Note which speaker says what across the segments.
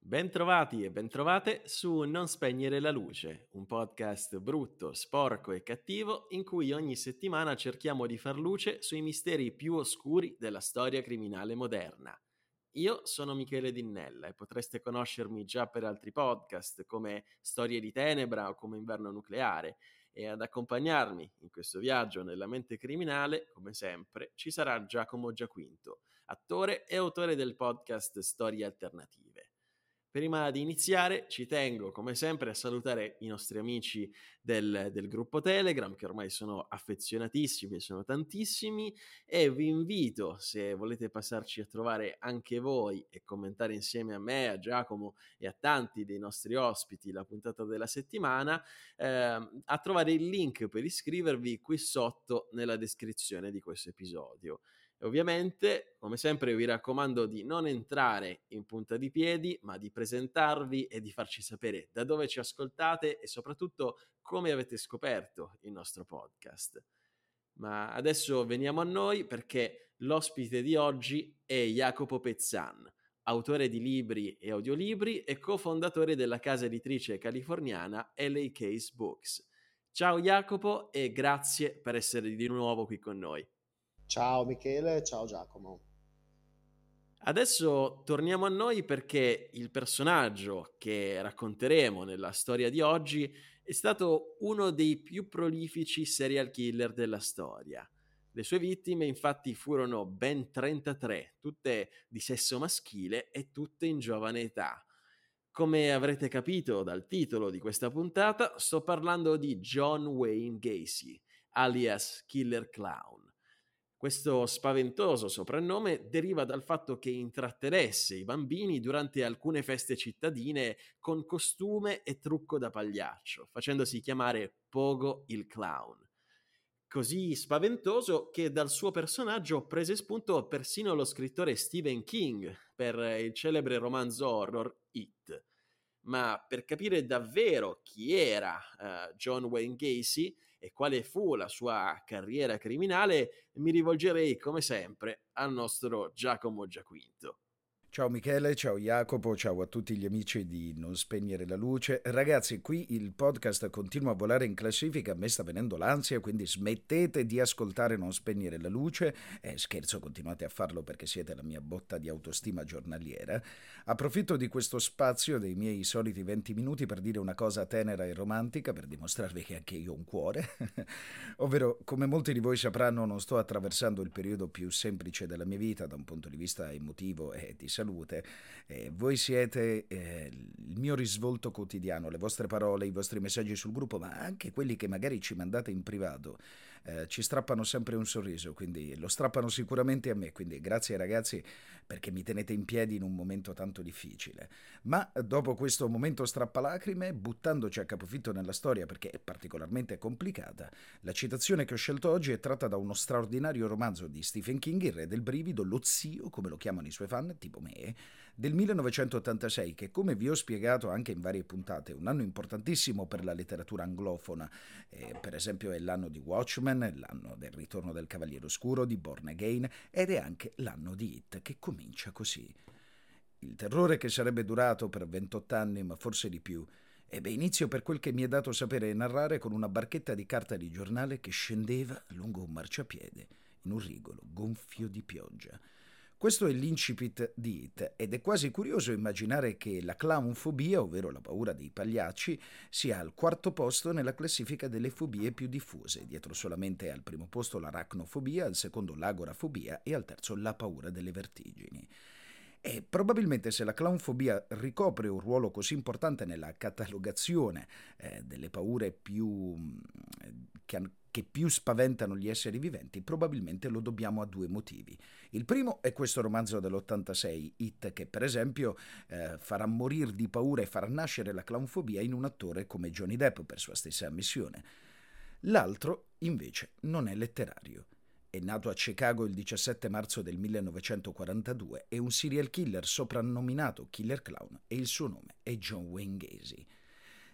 Speaker 1: Bentrovati e bentrovate su Non spegnere la luce, un podcast brutto, sporco e cattivo in cui ogni settimana cerchiamo di far luce sui misteri più oscuri della storia criminale moderna. Io sono Michele Dinnella e potreste conoscermi già per altri podcast come Storie di Tenebra o come Inverno Nucleare, e ad accompagnarmi in questo viaggio nella mente criminale, come sempre, ci sarà Giacomo Giaquinto, attore e autore del podcast Storie Alternative. Prima di iniziare ci tengo come sempre a salutare i nostri amici del gruppo Telegram, che ormai sono affezionatissimi, sono tantissimi, e vi invito, se volete passarci a trovare anche voi e commentare insieme a me, a Giacomo e a tanti dei nostri ospiti la puntata della settimana, a trovare il link per iscrivervi qui sotto nella descrizione di questo episodio. E ovviamente, come sempre, vi raccomando di non entrare in punta di piedi, ma di presentarvi e di farci sapere da dove ci ascoltate e soprattutto come avete scoperto il nostro podcast. Ma adesso veniamo a noi, perché l'ospite di oggi è Jacopo Pezzan, autore di libri e audiolibri e cofondatore della casa editrice californiana LA Case Books. Ciao Jacopo e grazie per essere di nuovo qui con noi.
Speaker 2: Ciao Michele, ciao Giacomo.
Speaker 1: Adesso torniamo a noi perché il personaggio che racconteremo nella storia di oggi è stato uno dei più prolifici serial killer della storia. Le sue vittime infatti furono ben 33, tutte di sesso maschile e tutte in giovane età. Come avrete capito dal titolo di questa puntata, sto parlando di John Wayne Gacy, alias Killer Clown. Questo spaventoso soprannome deriva dal fatto che intrattenesse i bambini durante alcune feste cittadine con costume e trucco da pagliaccio, facendosi chiamare Pogo il Clown. Così spaventoso che dal suo personaggio prese spunto persino lo scrittore Stephen King per il celebre romanzo horror It. Ma per capire davvero chi era John Wayne Gacy e quale fu la sua carriera criminale, mi rivolgerei come sempre al nostro Giacomo Giaquinto.
Speaker 3: Ciao Michele, ciao Jacopo, ciao a tutti gli amici di Non spegnere la luce. Ragazzi, qui il podcast continua a volare in classifica, a me sta venendo l'ansia, quindi smettete di ascoltare Non spegnere la luce. Scherzo, continuate a farlo perché siete la mia botta di autostima giornaliera. Approfitto di questo spazio dei miei soliti 20 minuti per dire una cosa tenera e romantica, per dimostrarvi che anche io ho un cuore. Ovvero, come molti di voi sapranno, non sto attraversando il periodo più semplice della mia vita da un punto di vista emotivo e di salute. Voi siete il mio risvolto quotidiano, le vostre parole, i vostri messaggi sul gruppo, ma anche quelli che magari ci mandate in privato, ci strappano sempre un sorriso, quindi lo strappano sicuramente a me, quindi grazie ragazzi perché mi tenete in piedi in un momento tanto difficile. Ma dopo questo momento strappalacrime, buttandoci a capofitto nella storia perché è particolarmente complicata, la citazione che ho scelto oggi è tratta da uno straordinario romanzo di Stephen King, Il re del brivido, lo zio, come lo chiamano i suoi fan, tipo me, del 1986, che come vi ho spiegato anche in varie puntate, è un anno importantissimo per la letteratura anglofona. Per esempio è l'anno di Watchmen, è l'anno del ritorno del Cavaliere Oscuro, di Born Again, ed è anche l'anno di It, che comincia così. Il terrore che sarebbe durato per 28 anni, ma forse di più, ebbe inizio per quel che mi è dato sapere e narrare con una barchetta di carta di giornale che scendeva lungo un marciapiede, in un rigolo gonfio di pioggia. Questo è l'incipit di It ed è quasi curioso immaginare che la clownfobia, ovvero la paura dei pagliacci, sia al quarto posto nella classifica delle fobie più diffuse, dietro solamente al primo posto l'aracnofobia, al secondo l'agorafobia e al terzo la paura delle vertigini. E probabilmente se la clownfobia ricopre un ruolo così importante nella catalogazione delle paure che più spaventano gli esseri viventi, probabilmente lo dobbiamo a due motivi. Il primo è questo romanzo dell'86, It, che per esempio farà morire di paura e farà nascere la clownfobia in un attore come Johnny Depp, per sua stessa ammissione. L'altro, invece, non è letterario. È nato a Chicago il 17 marzo del 1942, è un serial killer soprannominato Killer Clown e il suo nome è John Wayne Gacy.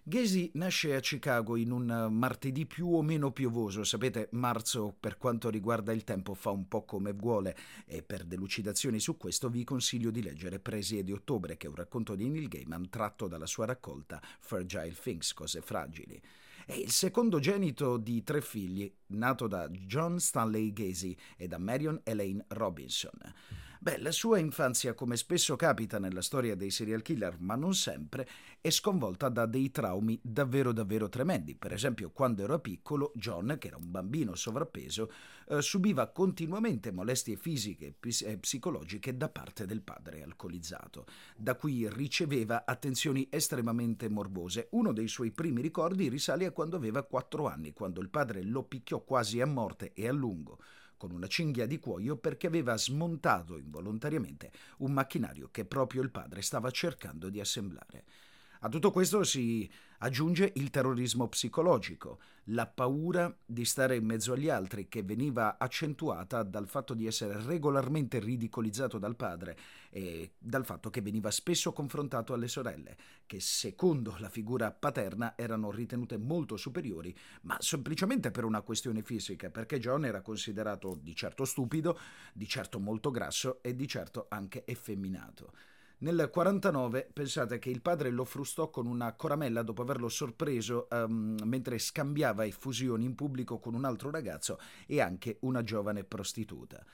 Speaker 3: Gacy nasce a Chicago in un martedì più o meno piovoso. Sapete, marzo per quanto riguarda il tempo fa un po' come vuole, e per delucidazioni su questo vi consiglio di leggere Poesie di ottobre, che è un racconto di Neil Gaiman tratto dalla sua raccolta Fragile Things, cose fragili. È il secondogenito di 3 figli, nato da John Stanley Gacy e da Marion Elaine Robinson. La sua infanzia, come spesso capita nella storia dei serial killer, ma non sempre, è sconvolta da dei traumi davvero davvero tremendi. Per esempio, quando era piccolo, John, che era un bambino sovrappeso, subiva continuamente molestie fisiche e psicologiche da parte del padre alcolizzato, da cui riceveva attenzioni estremamente morbose. Uno dei suoi primi ricordi risale a quando aveva 4 anni, quando il padre lo picchiò quasi a morte e a lungo con una cinghia di cuoio perché aveva smontato involontariamente un macchinario che proprio il padre stava cercando di assemblare. A tutto questo si aggiunge il terrorismo psicologico, la paura di stare in mezzo agli altri, che veniva accentuata dal fatto di essere regolarmente ridicolizzato dal padre e dal fatto che veniva spesso confrontato alle sorelle, che secondo la figura paterna erano ritenute molto superiori, ma semplicemente per una questione fisica, perché John era considerato di certo stupido, di certo molto grasso e di certo anche effeminato. Nel 49 pensate che il padre lo frustò con una coramella dopo averlo sorpreso mentre scambiava effusioni in pubblico con un altro ragazzo e anche una giovane prostituta.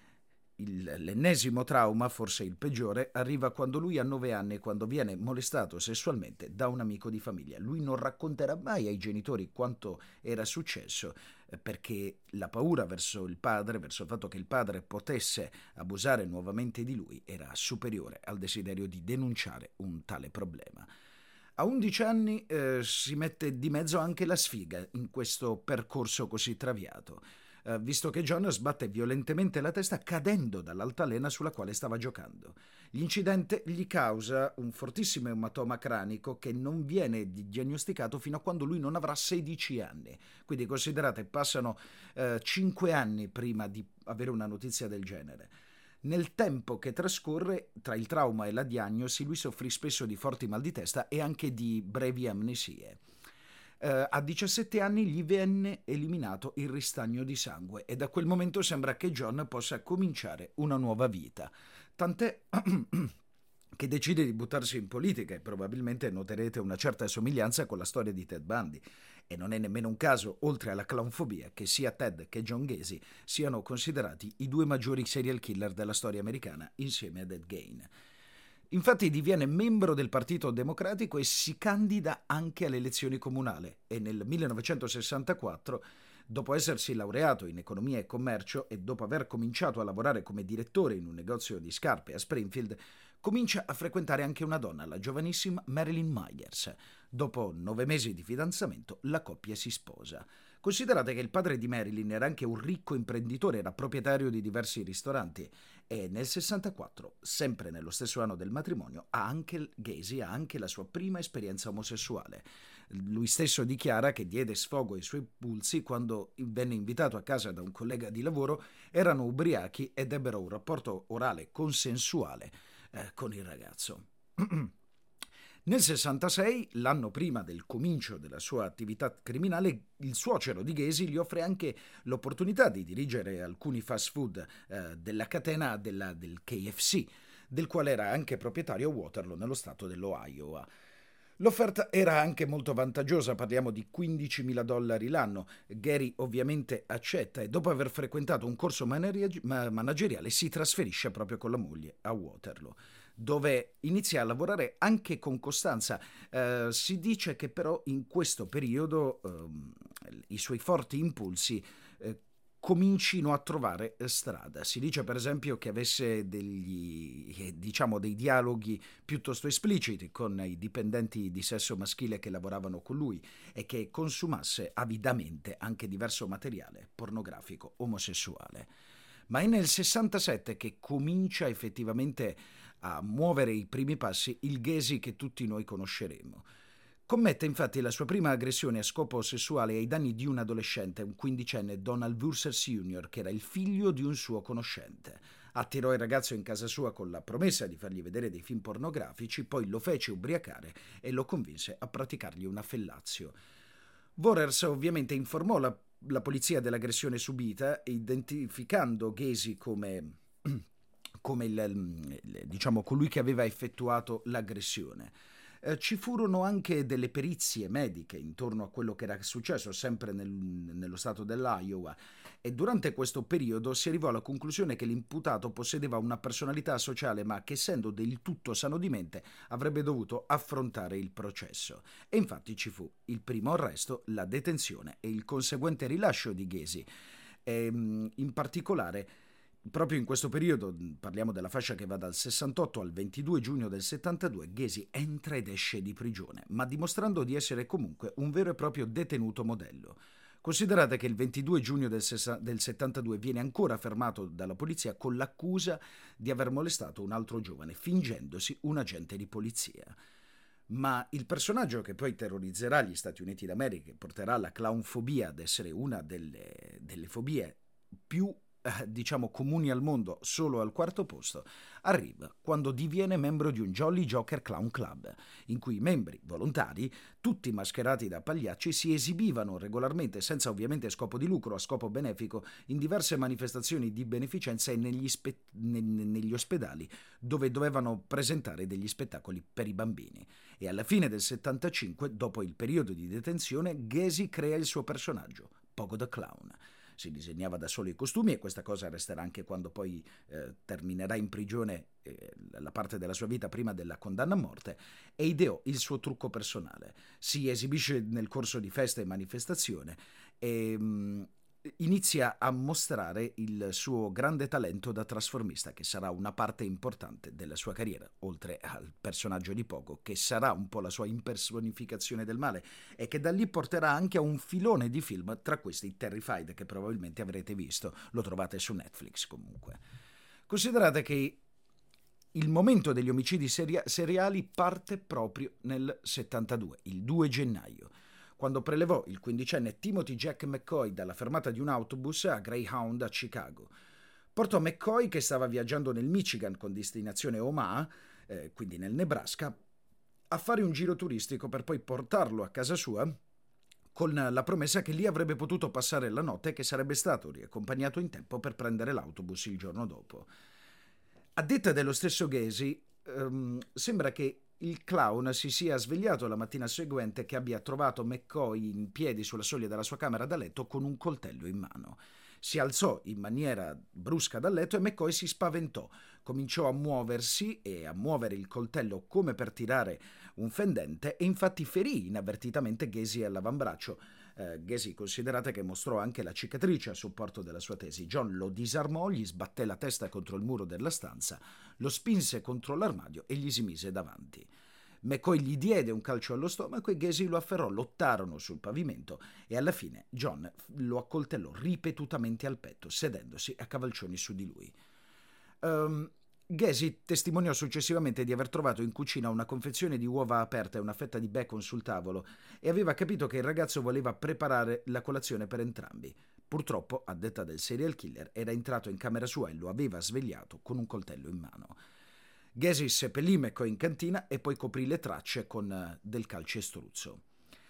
Speaker 3: L'ennesimo trauma, forse il peggiore, arriva quando lui ha 9 anni e quando viene molestato sessualmente da un amico di famiglia. Lui non racconterà mai ai genitori quanto era successo, perché la paura verso il padre, verso il fatto che il padre potesse abusare nuovamente di lui, era superiore al desiderio di denunciare un tale problema. A 11 anni si mette di mezzo anche la sfiga in questo percorso così traviato, visto che John sbatte violentemente la testa cadendo dall'altalena sulla quale stava giocando. L'incidente gli causa un fortissimo ematoma cranico che non viene diagnosticato fino a quando lui non avrà 16 anni. Quindi considerate, passano 5 anni prima di avere una notizia del genere. Nel tempo che trascorre tra il trauma e la diagnosi, lui soffrì spesso di forti mal di testa e anche di brevi amnesie. A 17 anni gli venne eliminato il ristagno di sangue e da quel momento sembra che John possa cominciare una nuova vita. Tant'è che decide di buttarsi in politica e probabilmente noterete una certa somiglianza con la storia di Ted Bundy. E non è nemmeno un caso, oltre alla clownfobia, che sia Ted che John Gacy siano considerati i 2 maggiori serial killer della storia americana insieme ad Ed Gein. Infatti diviene membro del Partito Democratico e si candida anche alle elezioni comunali e nel 1964, dopo essersi laureato in economia e commercio e dopo aver cominciato a lavorare come direttore in un negozio di scarpe a Springfield, comincia a frequentare anche una donna, la giovanissima Marilyn Myers. Dopo 9 mesi di fidanzamento, la coppia si sposa. Considerate che il padre di Marilyn era anche un ricco imprenditore, era proprietario di diversi ristoranti e nel 64, sempre nello stesso anno del matrimonio, Gacy ha anche la sua prima esperienza omosessuale. Lui stesso dichiara che diede sfogo ai suoi pulsi quando venne invitato a casa da un collega di lavoro, erano ubriachi ed ebbero un rapporto orale consensuale con il ragazzo. Nel 66, l'anno prima del comincio della sua attività criminale, il suocero di Gacy gli offre anche l'opportunità di dirigere alcuni fast food della catena del KFC, del quale era anche proprietario a Waterloo, nello stato dell'Ohio. L'offerta era anche molto vantaggiosa, parliamo di $15.000 l'anno. Gary ovviamente accetta e dopo aver frequentato un corso manageriale si trasferisce proprio con la moglie a Waterloo, dove inizia a lavorare anche con costanza. Si dice che però in questo periodo i suoi forti impulsi comincino a trovare strada. Si dice per esempio che avesse dei dialoghi piuttosto espliciti con i dipendenti di sesso maschile che lavoravano con lui e che consumasse avidamente anche diverso materiale pornografico omosessuale. Ma è nel 67 che comincia effettivamente a muovere i primi passi il Gacy che tutti noi conosceremo. Commette infatti la sua prima aggressione a scopo sessuale ai danni di un adolescente, un 15enne Donald Wurser Jr., che era il figlio di un suo conoscente. Attirò il ragazzo in casa sua con la promessa di fargli vedere dei film pornografici, poi lo fece ubriacare e lo convinse a praticargli una fellazio. Voorhees ovviamente informò la polizia dell'aggressione subita, identificando Gacy come diciamo colui che aveva effettuato l'aggressione. Ci furono anche delle perizie mediche intorno a quello che era successo, sempre nello stato dell'Iowa, e durante questo periodo si arrivò alla conclusione che l'imputato possedeva una personalità sociale, ma che, essendo del tutto sano di mente, avrebbe dovuto affrontare il processo. E infatti ci fu il primo arresto, la detenzione e il conseguente rilascio di Gacy. In particolare, proprio in questo periodo, parliamo della fascia che va dal 68 al 22 giugno del 72, Gacy entra ed esce di prigione, ma dimostrando di essere comunque un vero e proprio detenuto modello. Considerate che il 22 giugno del 72 viene ancora fermato dalla polizia con l'accusa di aver molestato un altro giovane, fingendosi un agente di polizia. Ma il personaggio che poi terrorizzerà gli Stati Uniti d'America e porterà la clownfobia ad essere una delle fobie più diciamo comuni al mondo, solo al quarto posto, arriva quando diviene membro di un Jolly Joker Clown Club, in cui i membri volontari, tutti mascherati da pagliacci, si esibivano regolarmente, senza ovviamente scopo di lucro, a scopo benefico, in diverse manifestazioni di beneficenza e negli ospedali, dove dovevano presentare degli spettacoli per i bambini. E alla fine del 75, dopo il periodo di detenzione, Gacy crea il suo personaggio, Pogo the Clown. Si disegnava da solo i costumi, e questa cosa resterà anche quando poi terminerà in prigione la parte della sua vita prima della condanna a morte, e ideò il suo trucco personale. Si esibisce nel corso di feste e manifestazioni e inizia a mostrare il suo grande talento da trasformista, che sarà una parte importante della sua carriera, oltre al personaggio di Pogo, che sarà un po' la sua impersonificazione del male e che da lì porterà anche a un filone di film, tra questi Terrified, che probabilmente avrete visto, lo trovate su Netflix comunque. Considerate che il momento degli omicidi seriali parte proprio nel 72, il 2 gennaio, quando prelevò il quindicenne Timothy Jack McCoy dalla fermata di un autobus a Greyhound a Chicago. Portò McCoy, che stava viaggiando nel Michigan con destinazione Omaha, quindi nel Nebraska, a fare un giro turistico per poi portarlo a casa sua con la promessa che lì avrebbe potuto passare la notte e che sarebbe stato riaccompagnato in tempo per prendere l'autobus il giorno dopo. A detta dello stesso Gacy, sembra che il clown si sia svegliato la mattina seguente, che abbia trovato McCoy in piedi sulla soglia della sua camera da letto con un coltello in mano. Si alzò in maniera brusca dal letto e McCoy si spaventò. Cominciò a muoversi e a muovere il coltello come per tirare un fendente, e infatti ferì inavvertitamente Gacy all'avambraccio. Gacy, considerate che mostrò anche la cicatrice a supporto della sua tesi. John lo disarmò, gli sbatté la testa contro il muro della stanza, lo spinse contro l'armadio e gli si mise davanti. McCoy gli diede un calcio allo stomaco e Gacy lo afferrò, lottarono sul pavimento e alla fine John lo accoltellò ripetutamente al petto, sedendosi a cavalcioni su di lui. Gacy testimoniò successivamente di aver trovato in cucina una confezione di uova aperte e una fetta di bacon sul tavolo, e aveva capito che il ragazzo voleva preparare la colazione per entrambi. Purtroppo, a detta del serial killer, era entrato in camera sua e lo aveva svegliato con un coltello in mano. Gacy seppellì McCoy in cantina e poi coprì le tracce con del calcestruzzo.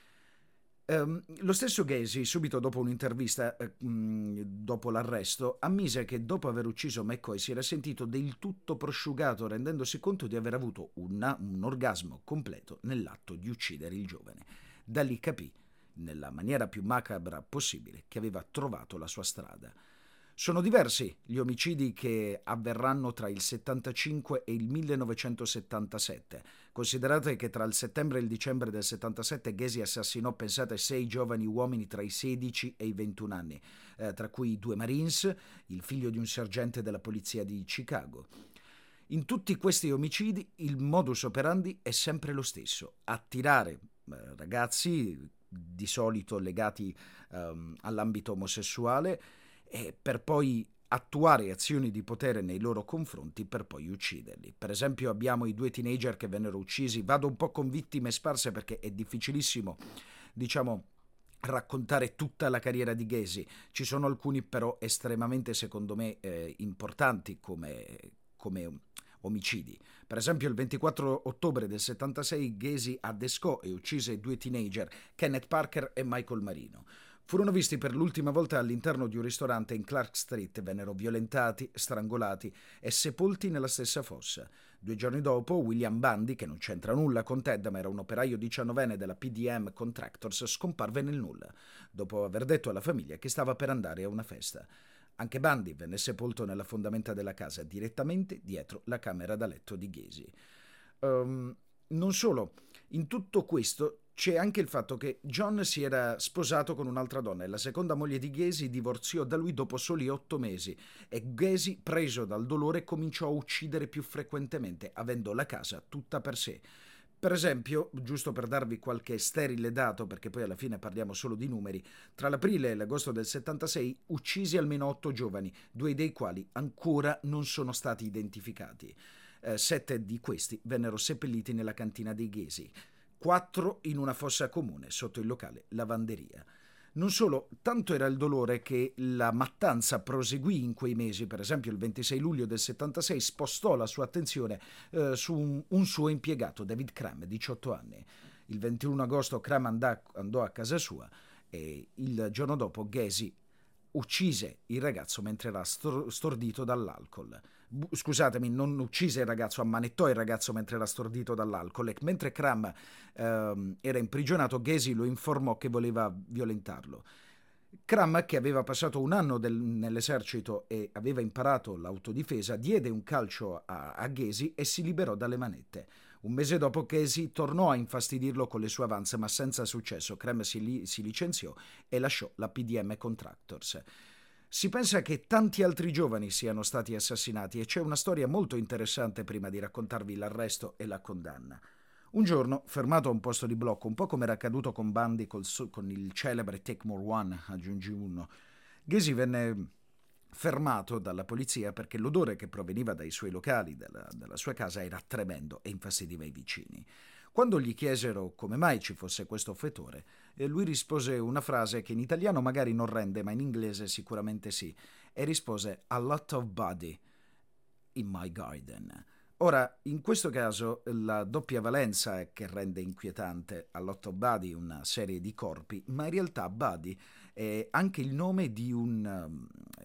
Speaker 3: Lo stesso Gacy, subito dopo un'intervista, dopo l'arresto, ammise che dopo aver ucciso McCoy si era sentito del tutto prosciugato, rendendosi conto di aver avuto un orgasmo completo nell'atto di uccidere il giovane. Da lì capì, nella maniera più macabra possibile, che aveva trovato la sua strada. Sono diversi gli omicidi che avverranno tra il 75 e il 1977. Considerate che tra il settembre e il dicembre del 77 Gacy assassinò, pensate, 6 giovani uomini tra i 16 e i 21 anni, tra cui 2 Marines, il figlio di un sergente della polizia di Chicago. In tutti questi omicidi il modus operandi è sempre lo stesso: attirare ragazzi, di solito legati all'ambito omosessuale, per poi attuare azioni di potere nei loro confronti per poi ucciderli. Per esempio abbiamo i 2 teenager che vennero uccisi, vado un po' con vittime sparse perché è difficilissimo, diciamo, raccontare tutta la carriera di Gacy. Ci sono alcuni però estremamente, secondo me, importanti come omicidi. Per esempio il 24 ottobre del 76 Gacy addescò e uccise 2 teenager, Kenneth Parker e Michael Marino. Furono visti per l'ultima volta all'interno di un ristorante in Clark Street, vennero violentati, strangolati e sepolti nella stessa fossa. 2 giorni dopo, William Bundy, che non c'entra nulla con Ted ma era un operaio 19enne della PDM Contractors, scomparve nel nulla, dopo aver detto alla famiglia che stava per andare a una festa. Anche Bundy venne sepolto nella fondamenta della casa, direttamente dietro la camera da letto di Gacy. Non solo, in tutto questo c'è anche il fatto che John si era sposato con un'altra donna e la seconda moglie di Gacy divorziò da lui dopo soli 8 mesi e Gacy, preso dal dolore, cominciò a uccidere più frequentemente, avendo la casa tutta per sé. Per esempio, giusto per darvi qualche sterile dato, perché poi alla fine parliamo solo di numeri, tra l'aprile e l'agosto del 76 uccisi almeno 8 giovani, 2 dei quali ancora non sono stati identificati. 7 di questi vennero seppelliti nella cantina dei Gacy, 4 in una fossa comune sotto il locale lavanderia. Non solo, tanto era il dolore che la mattanza proseguì in quei mesi. Per esempio il 26 luglio del 76 spostò la sua attenzione su un suo impiegato, David Cram, 18 anni. Il 21 agosto Cram andò a casa sua e il giorno dopo Gacy uccise il ragazzo mentre era stordito dall'alcol. Scusatemi, non uccise il ragazzo, ammanettò il ragazzo mentre era stordito dall'alcol e mentre Cram era imprigionato, Gacy lo informò che voleva violentarlo. Cram, che aveva passato un anno nell'esercito e aveva imparato l'autodifesa, diede un calcio a Gacy e si liberò dalle manette. Un mese dopo Gacy tornò a infastidirlo con le sue avanze, ma senza successo. Cram si licenziò e lasciò la PDM Contractors. Si pensa che tanti altri giovani siano stati assassinati e c'è una storia molto interessante prima di raccontarvi l'arresto e la condanna. Un giorno, fermato a un posto di blocco, un po' come era accaduto con Bundy con il celebre Take More One, aggiungi uno, Gacy venne fermato dalla polizia perché l'odore che proveniva dai suoi locali, dalla sua casa, era tremendo e infastidiva i vicini. Quando gli chiesero come mai ci fosse questo fetore, lui rispose una frase che in italiano magari non rende, ma in inglese sicuramente sì, e rispose "A lot of body in my garden". Ora, in questo caso la doppia valenza è che rende inquietante a lot of body una serie di corpi, ma in realtà body è anche il nome di un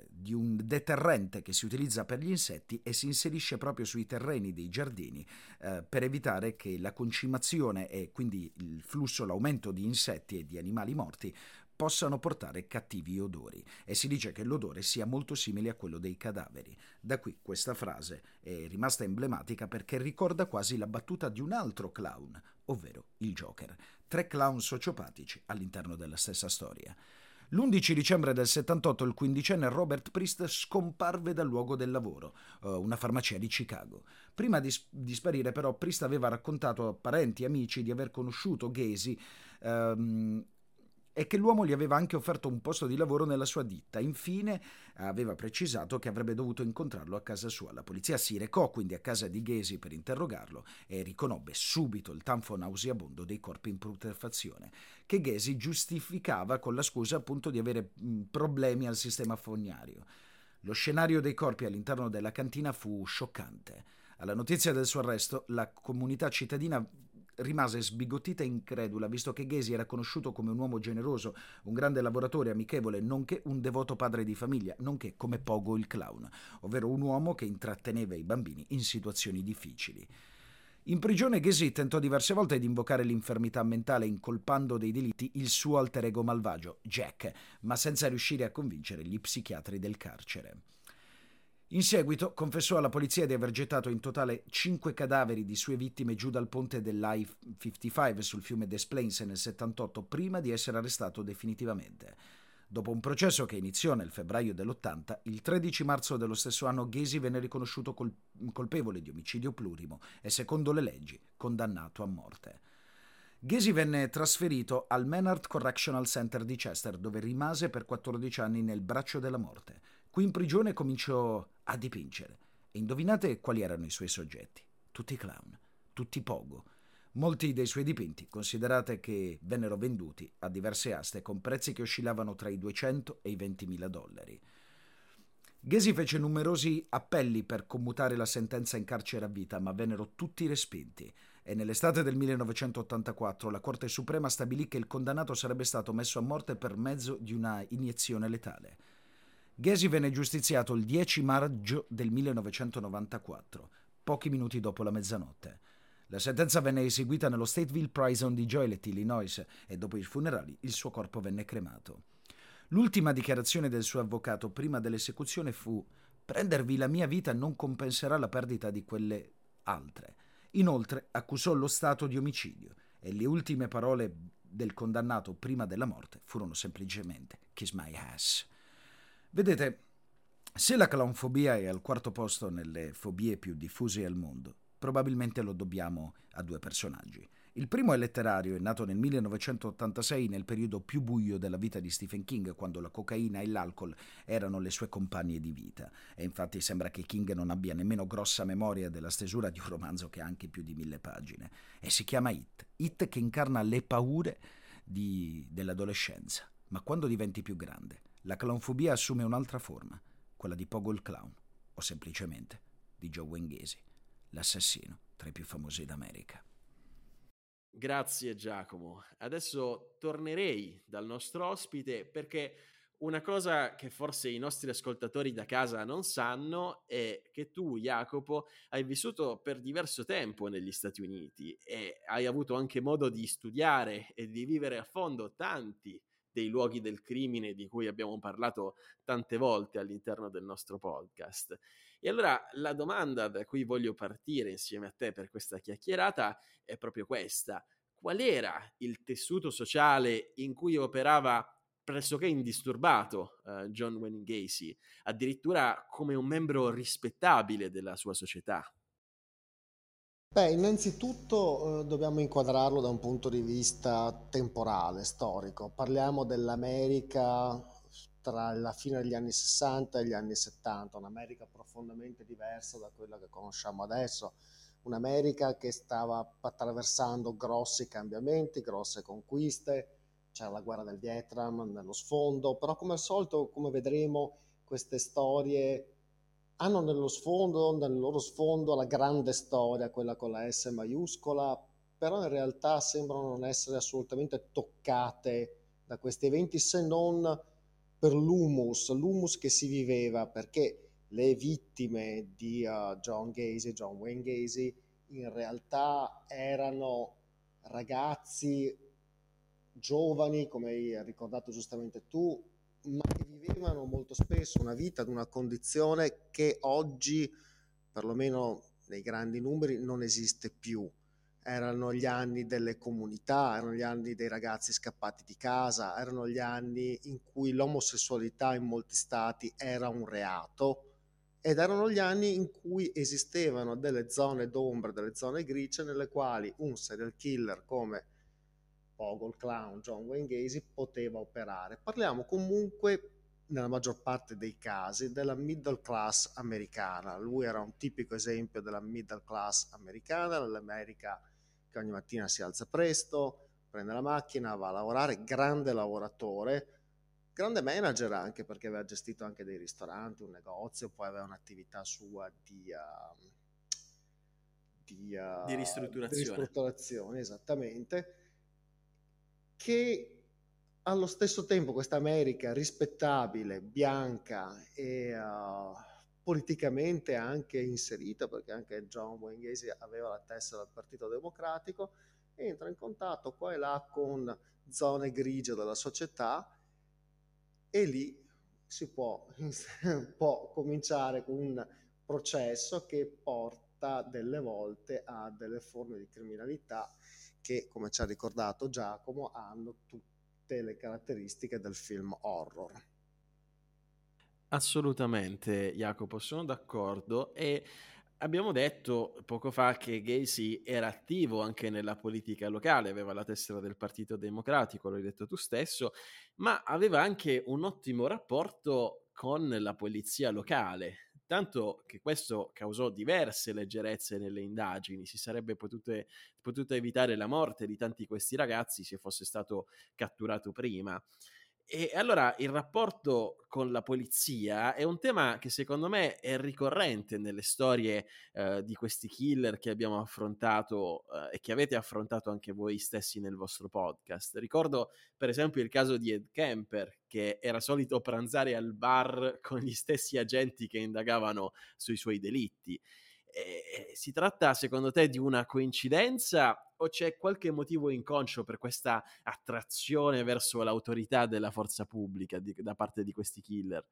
Speaker 3: deterrente che si utilizza per gli insetti e si inserisce proprio sui terreni dei giardini per evitare che la concimazione e quindi il flusso, l'aumento di insetti e di animali morti possano portare cattivi odori e si dice che l'odore sia molto simile a quello dei cadaveri. Da qui questa frase è rimasta emblematica perché ricorda quasi la battuta di un altro clown, ovvero il Joker. 3 clown sociopatici all'interno della stessa storia. L'11 dicembre del 78 il quindicenne Robert Priest scomparve dal luogo del lavoro, una farmacia di Chicago. Prima di sparire però Priest aveva raccontato a parenti e amici di aver conosciuto Gacy e che l'uomo gli aveva anche offerto un posto di lavoro nella sua ditta. Infine aveva precisato che avrebbe dovuto incontrarlo a casa sua. La polizia si recò quindi a casa di Gacy per interrogarlo e riconobbe subito il tanfo nauseabondo dei corpi in putrefazione, che Gacy giustificava con la scusa appunto di avere problemi al sistema fognario. Lo scenario dei corpi all'interno della cantina fu scioccante. Alla notizia del suo arresto, la comunità cittadina rimase sbigottita e incredula, visto che Gacy era conosciuto come un uomo generoso, un grande lavoratore amichevole, nonché un devoto padre di famiglia, nonché come Pogo il clown, ovvero un uomo che intratteneva i bambini in situazioni difficili. In prigione Gacy tentò diverse volte di invocare l'infermità mentale incolpando dei delitti il suo alter ego malvagio, Jack, ma senza riuscire a convincere gli psichiatri del carcere. In seguito confessò alla polizia di aver gettato in totale 5 cadaveri di sue vittime giù dal ponte dell'I-55 sul fiume Des Plaines nel 78 prima di essere arrestato definitivamente. Dopo un processo che iniziò nel febbraio dell'80, il 13 marzo dello stesso anno Gacy venne riconosciuto colpevole di omicidio plurimo e, secondo le leggi, condannato a morte. Gacy venne trasferito al Menard Correctional Center di Chester, dove rimase per 14 anni nel braccio della morte. Qui in prigione cominciò a dipingere. E indovinate quali erano i suoi soggetti? Tutti clown, tutti pogo. Molti dei suoi dipinti, considerate che vennero venduti a diverse aste con prezzi che oscillavano tra i 200 e i $20.000. Gacy fece numerosi appelli per commutare la sentenza in carcere a vita, ma vennero tutti respinti e nell'estate del 1984 la Corte Suprema stabilì che il condannato sarebbe stato messo a morte per mezzo di una iniezione letale. Gacy venne giustiziato il 10 maggio del 1994, pochi minuti dopo la mezzanotte. La sentenza venne eseguita nello Stateville Prison di Joliet, Illinois, e dopo i funerali il suo corpo venne cremato. L'ultima dichiarazione del suo avvocato prima dell'esecuzione fu: «Prendervi la mia vita non compenserà la perdita di quelle altre». Inoltre accusò lo Stato di omicidio e le ultime parole del condannato prima della morte furono semplicemente «Kiss my ass». Vedete, se la clownfobia è al quarto posto nelle fobie più diffuse al mondo, probabilmente lo dobbiamo a due personaggi. Il primo è letterario, è nato nel 1986 nel periodo più buio della vita di Stephen King, quando la cocaina e l'alcol erano le sue compagne di vita. E infatti sembra che King non abbia nemmeno grossa memoria della stesura di un romanzo che ha anche più di 1000 pagine. E si chiama It. It che incarna le paure dell'adolescenza. Ma quando diventi più grande, la clownfobia assume un'altra forma, quella di Pogo il Clown, o semplicemente di Joe Wayne Gacy, l'assassino tra i più famosi d'America.
Speaker 1: Grazie Giacomo. Adesso tornerei dal nostro ospite perché una cosa che forse i nostri ascoltatori da casa non sanno è che tu, Jacopo, hai vissuto per diverso tempo negli Stati Uniti e hai avuto anche modo di studiare e di vivere a fondo tanti dei luoghi del crimine di cui abbiamo parlato tante volte all'interno del nostro podcast. E allora la domanda da cui voglio partire insieme a te per questa chiacchierata è proprio questa: qual era il tessuto sociale in cui operava pressoché indisturbato John Wayne Gacy, addirittura come un membro rispettabile della sua società?
Speaker 2: Beh, innanzitutto dobbiamo inquadrarlo da un punto di vista temporale, storico. Parliamo dell'America tra la fine degli anni 60 e gli anni 70, un'America profondamente diversa da quella che conosciamo adesso, un'America che stava attraversando grossi cambiamenti, grosse conquiste, c'era la guerra del Vietnam nello sfondo, però come al solito, come vedremo, queste storie hanno nel loro sfondo la grande storia, quella con la S maiuscola, però in realtà sembrano non essere assolutamente toccate da questi eventi, se non per l'humus che si viveva, perché le vittime di John Wayne Gacy, in realtà erano ragazzi giovani, come hai ricordato giustamente tu, ma che vivevano molto spesso una vita ad una condizione che oggi, perlomeno nei grandi numeri, non esiste più. Erano gli anni delle comunità, erano gli anni dei ragazzi scappati di casa, erano gli anni in cui l'omosessualità in molti stati era un reato ed erano gli anni in cui esistevano delle zone d'ombra, delle zone grigie nelle quali un serial killer come Pogo il Clown, John Wayne Gacy poteva operare. Parliamo comunque, nella maggior parte dei casi, della middle class americana. Lui era un tipico esempio della middle class americana, l'America che ogni mattina si alza presto, prende la macchina, va a lavorare, grande lavoratore, grande manager anche, perché aveva gestito anche dei ristoranti, un negozio, poi aveva un'attività sua
Speaker 1: Di
Speaker 2: di
Speaker 1: ristrutturazione.
Speaker 2: ristrutturazione, esattamente, che allo stesso tempo questa America rispettabile, bianca e politicamente anche inserita, perché anche John Wayne Gacy aveva la tessera del Partito Democratico, entra in contatto qua e là con zone grigie della società e lì si può cominciare con un processo che porta delle volte a delle forme di criminalità che, come ci ha ricordato Giacomo, hanno tutte le caratteristiche del film horror.
Speaker 1: Assolutamente, Jacopo, sono d'accordo e abbiamo detto poco fa che Gacy era attivo anche nella politica locale, aveva la tessera del Partito Democratico, l'hai detto tu stesso, ma aveva anche un ottimo rapporto con la polizia locale. tanto che questo causò diverse leggerezze nelle indagini. Si sarebbe potuto evitare la morte di tanti di questi ragazzi se fosse stato catturato prima. E allora il rapporto con la polizia è un tema che secondo me è ricorrente nelle storie di questi killer che abbiamo affrontato e che avete affrontato anche voi stessi nel vostro podcast. Ricordo per esempio il caso di Ed Kemper, che era solito pranzare al bar con gli stessi agenti che indagavano sui suoi delitti. Si tratta secondo te di una coincidenza o c'è qualche motivo inconscio per questa attrazione verso l'autorità della forza pubblica da parte di questi killer?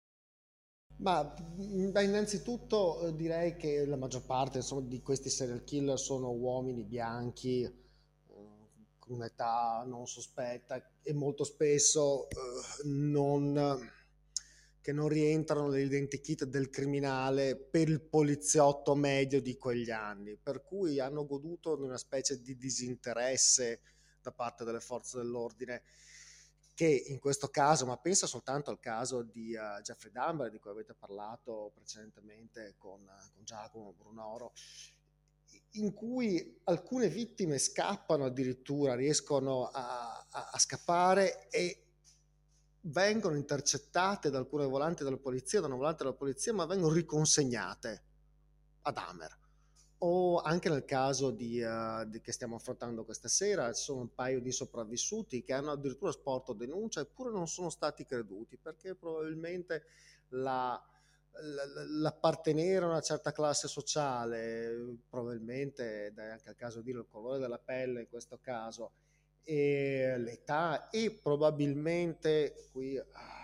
Speaker 2: Beh, innanzitutto direi che la maggior parte, insomma, di questi serial killer sono uomini bianchi, con un'età non sospetta e molto spesso che non rientrano nell'identikit del criminale per il poliziotto medio di quegli anni, per cui hanno goduto di una specie di disinteresse da parte delle forze dell'ordine, che in questo caso, ma pensa soltanto al caso di Jeffrey Dahmer, di cui avete parlato precedentemente con Giacomo Brunoro, in cui alcune vittime scappano addirittura, riescono a scappare e vengono intercettate da alcune volanti della polizia, da una volante della polizia, ma vengono riconsegnate ad Dahmer. O anche nel caso che stiamo affrontando questa sera, ci sono un paio di sopravvissuti che hanno addirittura sporto denuncia eppure non sono stati creduti, perché probabilmente l'appartenere a una certa classe sociale, probabilmente, ed è anche il caso di dire il colore della pelle in questo caso, e l'età e probabilmente qui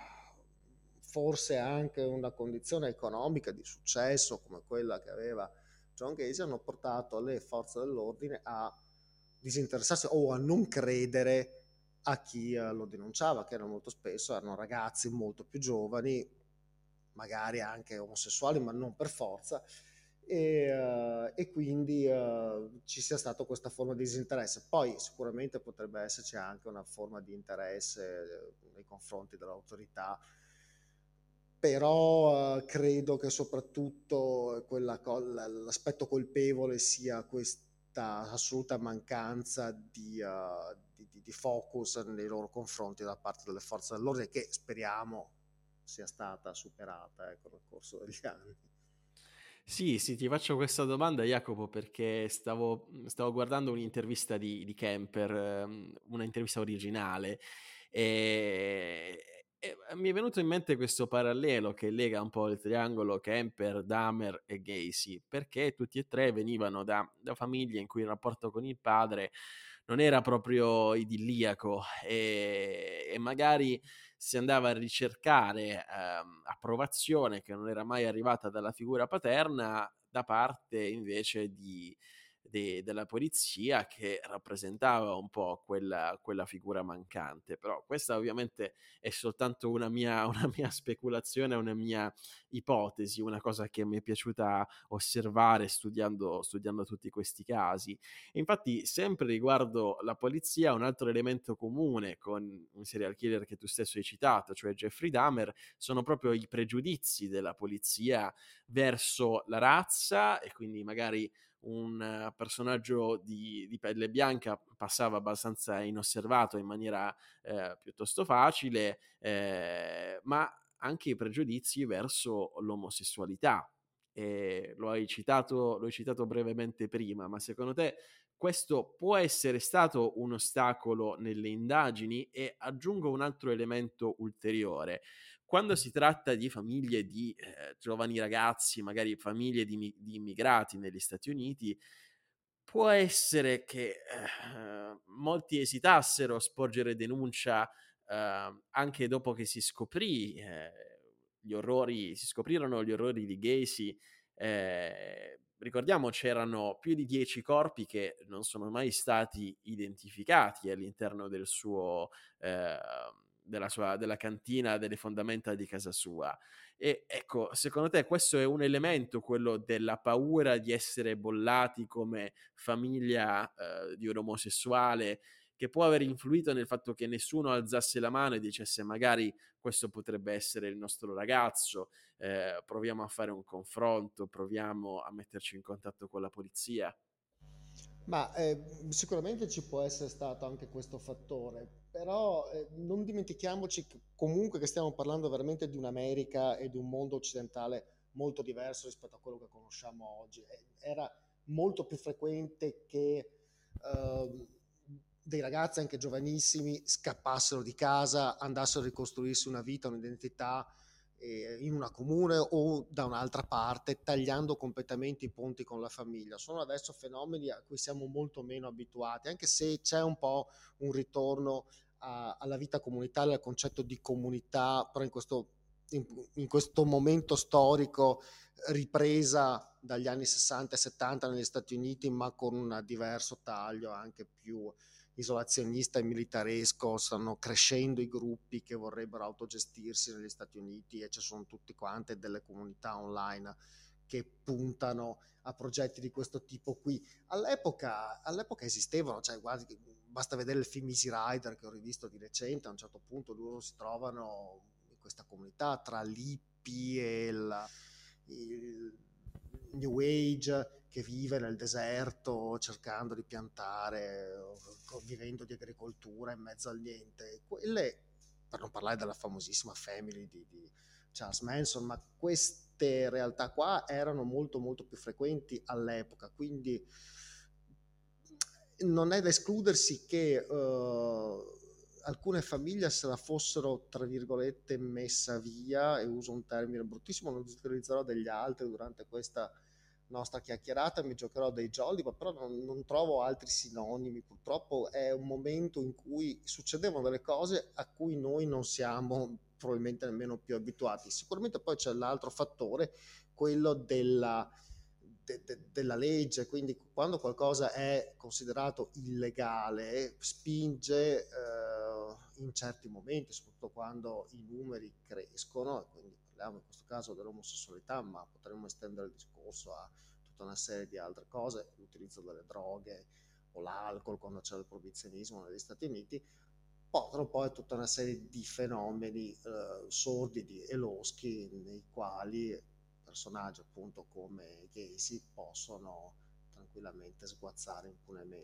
Speaker 2: forse anche una condizione economica di successo come quella che aveva John Gacy, hanno portato le forze dell'ordine a disinteressarsi o a non credere a chi lo denunciava, che erano molto spesso erano ragazzi molto più giovani, magari anche omosessuali, ma non per forza, e quindi ci sia stato questa forma di disinteresse. Poi sicuramente potrebbe esserci anche una forma di interesse nei confronti dell'autorità, però credo che soprattutto l'aspetto colpevole sia questa assoluta mancanza di focus nei loro confronti da parte delle forze dell'ordine, che speriamo sia stata superata, ecco, nel corso degli anni.
Speaker 1: Sì, sì, ti faccio questa domanda, Jacopo, perché stavo guardando un'intervista di Kemper, una intervista originale, e, e mi è venuto in mente questo parallelo che lega un po' il triangolo Kemper, Dahmer e Gacy, perché tutti e tre venivano da famiglie in cui il rapporto con il padre non era proprio idilliaco e magari si andava a ricercare approvazione che non era mai arrivata dalla figura paterna da parte invece della polizia, che rappresentava un po' quella figura mancante. Però questa ovviamente è soltanto una mia speculazione, una mia ipotesi, una cosa che mi è piaciuta osservare studiando tutti questi casi. Infatti, sempre riguardo la polizia, un altro elemento comune con un serial killer che tu stesso hai citato, cioè Jeffrey Dahmer, sono proprio i pregiudizi della polizia verso la razza, e quindi magari un personaggio di pelle bianca passava abbastanza inosservato in maniera piuttosto facile, ma anche i pregiudizi verso l'omosessualità. Lo hai citato brevemente prima, ma secondo te questo può essere stato un ostacolo nelle indagini? E aggiungo un altro elemento ulteriore. Quando si tratta di famiglie di giovani ragazzi, magari famiglie di immigrati negli Stati Uniti, può essere che molti esitassero a sporgere denuncia anche dopo che si scoprirono gli orrori di Gacy. Ricordiamo c'erano più di 10 corpi che non sono mai stati identificati all'interno della cantina, delle fondamenta di casa sua. E ecco, secondo te questo è un elemento, quello della paura di essere bollati come famiglia di un omosessuale, che può aver influito nel fatto che nessuno alzasse la mano e dicesse magari questo potrebbe essere il nostro ragazzo, proviamo a fare un confronto, proviamo a metterci in contatto con la polizia?
Speaker 2: Ma sicuramente ci può essere stato anche questo fattore, però non dimentichiamoci comunque che stiamo parlando veramente di un'America e di un mondo occidentale molto diverso rispetto a quello che conosciamo oggi. Era molto più frequente che eh, dei ragazzi anche giovanissimi scappassero di casa, andassero a ricostruirsi una vita, un'identità in una comune o da un'altra parte, tagliando completamente i ponti con la famiglia. Sono adesso fenomeni a cui siamo molto meno abituati, anche se c'è un po' un ritorno alla vita comunitaria, al concetto di comunità, però in questo momento storico ripresa dagli anni 60 e 70 negli Stati Uniti, ma con un diverso taglio anche più isolazionista e militaresco. Stanno crescendo i gruppi che vorrebbero autogestirsi negli Stati Uniti e ci sono tutti quante delle comunità online che puntano a progetti di questo tipo qui. All'epoca esistevano, cioè guardi, basta vedere il film Easy Rider che ho rivisto di recente. A un certo punto loro si trovano in questa comunità tra l'hippie e il New Age che vive nel deserto cercando di piantare, vivendo di agricoltura in mezzo al niente. Quelle, per non parlare della famosissima Family di Charles Manson, ma queste realtà qua erano molto molto più frequenti all'epoca, quindi non è da escludersi che alcune famiglie se la fossero, tra virgolette, messa via, e uso un termine bruttissimo, non utilizzerò degli altri durante questa nostra chiacchierata, mi giocherò dei jolly, ma però non trovo altri sinonimi. Purtroppo è un momento in cui succedevano delle cose a cui noi non siamo probabilmente nemmeno più abituati. Sicuramente poi c'è l'altro fattore, quello della legge, quindi quando qualcosa è considerato illegale spinge in certi momenti, soprattutto quando i numeri crescono, e quindi parliamo in questo caso dell'omosessualità, ma potremmo estendere il discorso a tutta una serie di altre cose, l'utilizzo delle droghe o l'alcol quando c'è il proibizionismo negli Stati Uniti, portano poi a tutta una serie di fenomeni sordidi e loschi nei quali personaggi appunto come Gacy possono tranquillamente sguazzare impunemente.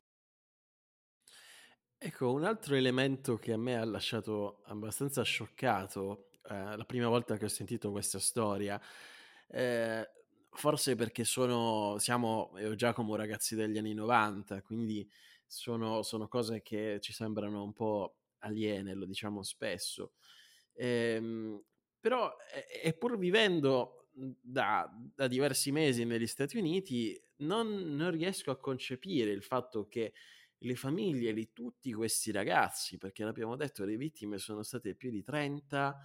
Speaker 1: Ecco, un altro elemento che a me ha lasciato abbastanza scioccato, la prima volta che ho sentito questa storia, ehm, forse perché siamo io e Giacomo ragazzi degli anni '90, quindi sono cose che ci sembrano un po' aliene, lo diciamo spesso. Ehm, Però e pur vivendo, da diversi mesi negli Stati Uniti, non riesco a concepire il fatto che le famiglie di tutti questi ragazzi, perché l'abbiamo detto, le vittime sono state più di 30,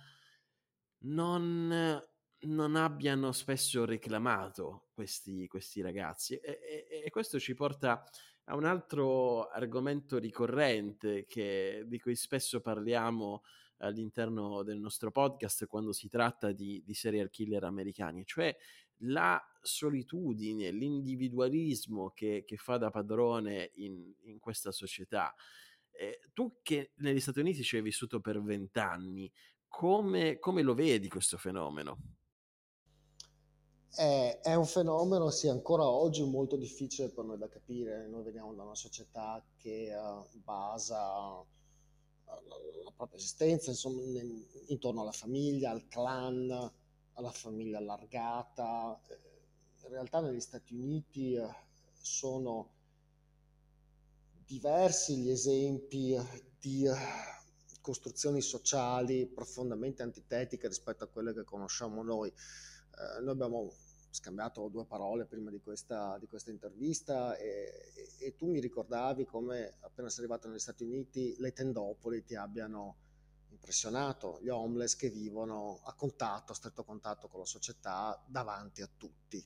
Speaker 1: non non abbiano spesso reclamato questi ragazzi. E questo ci porta a un altro argomento ricorrente di cui spesso parliamo all'interno del nostro podcast quando si tratta di serial killer americani, cioè la solitudine, l'individualismo che fa da padrone in questa società. Tu che negli Stati Uniti ci hai vissuto per 20 anni, come lo vedi questo fenomeno?
Speaker 2: È un fenomeno, sì, ancora oggi molto difficile per noi da capire. Noi veniamo da una società che basa la propria esistenza, insomma, intorno alla famiglia, al clan, alla famiglia allargata. In realtà negli Stati Uniti sono diversi gli esempi di costruzioni sociali profondamente antitetiche rispetto a quelle che conosciamo noi. Noi abbiamo scambiato due parole prima di questa intervista e tu mi ricordavi come appena sei arrivato negli Stati Uniti le tendopoli ti abbiano impressionato, gli homeless che vivono a stretto contatto con la società davanti a tutti.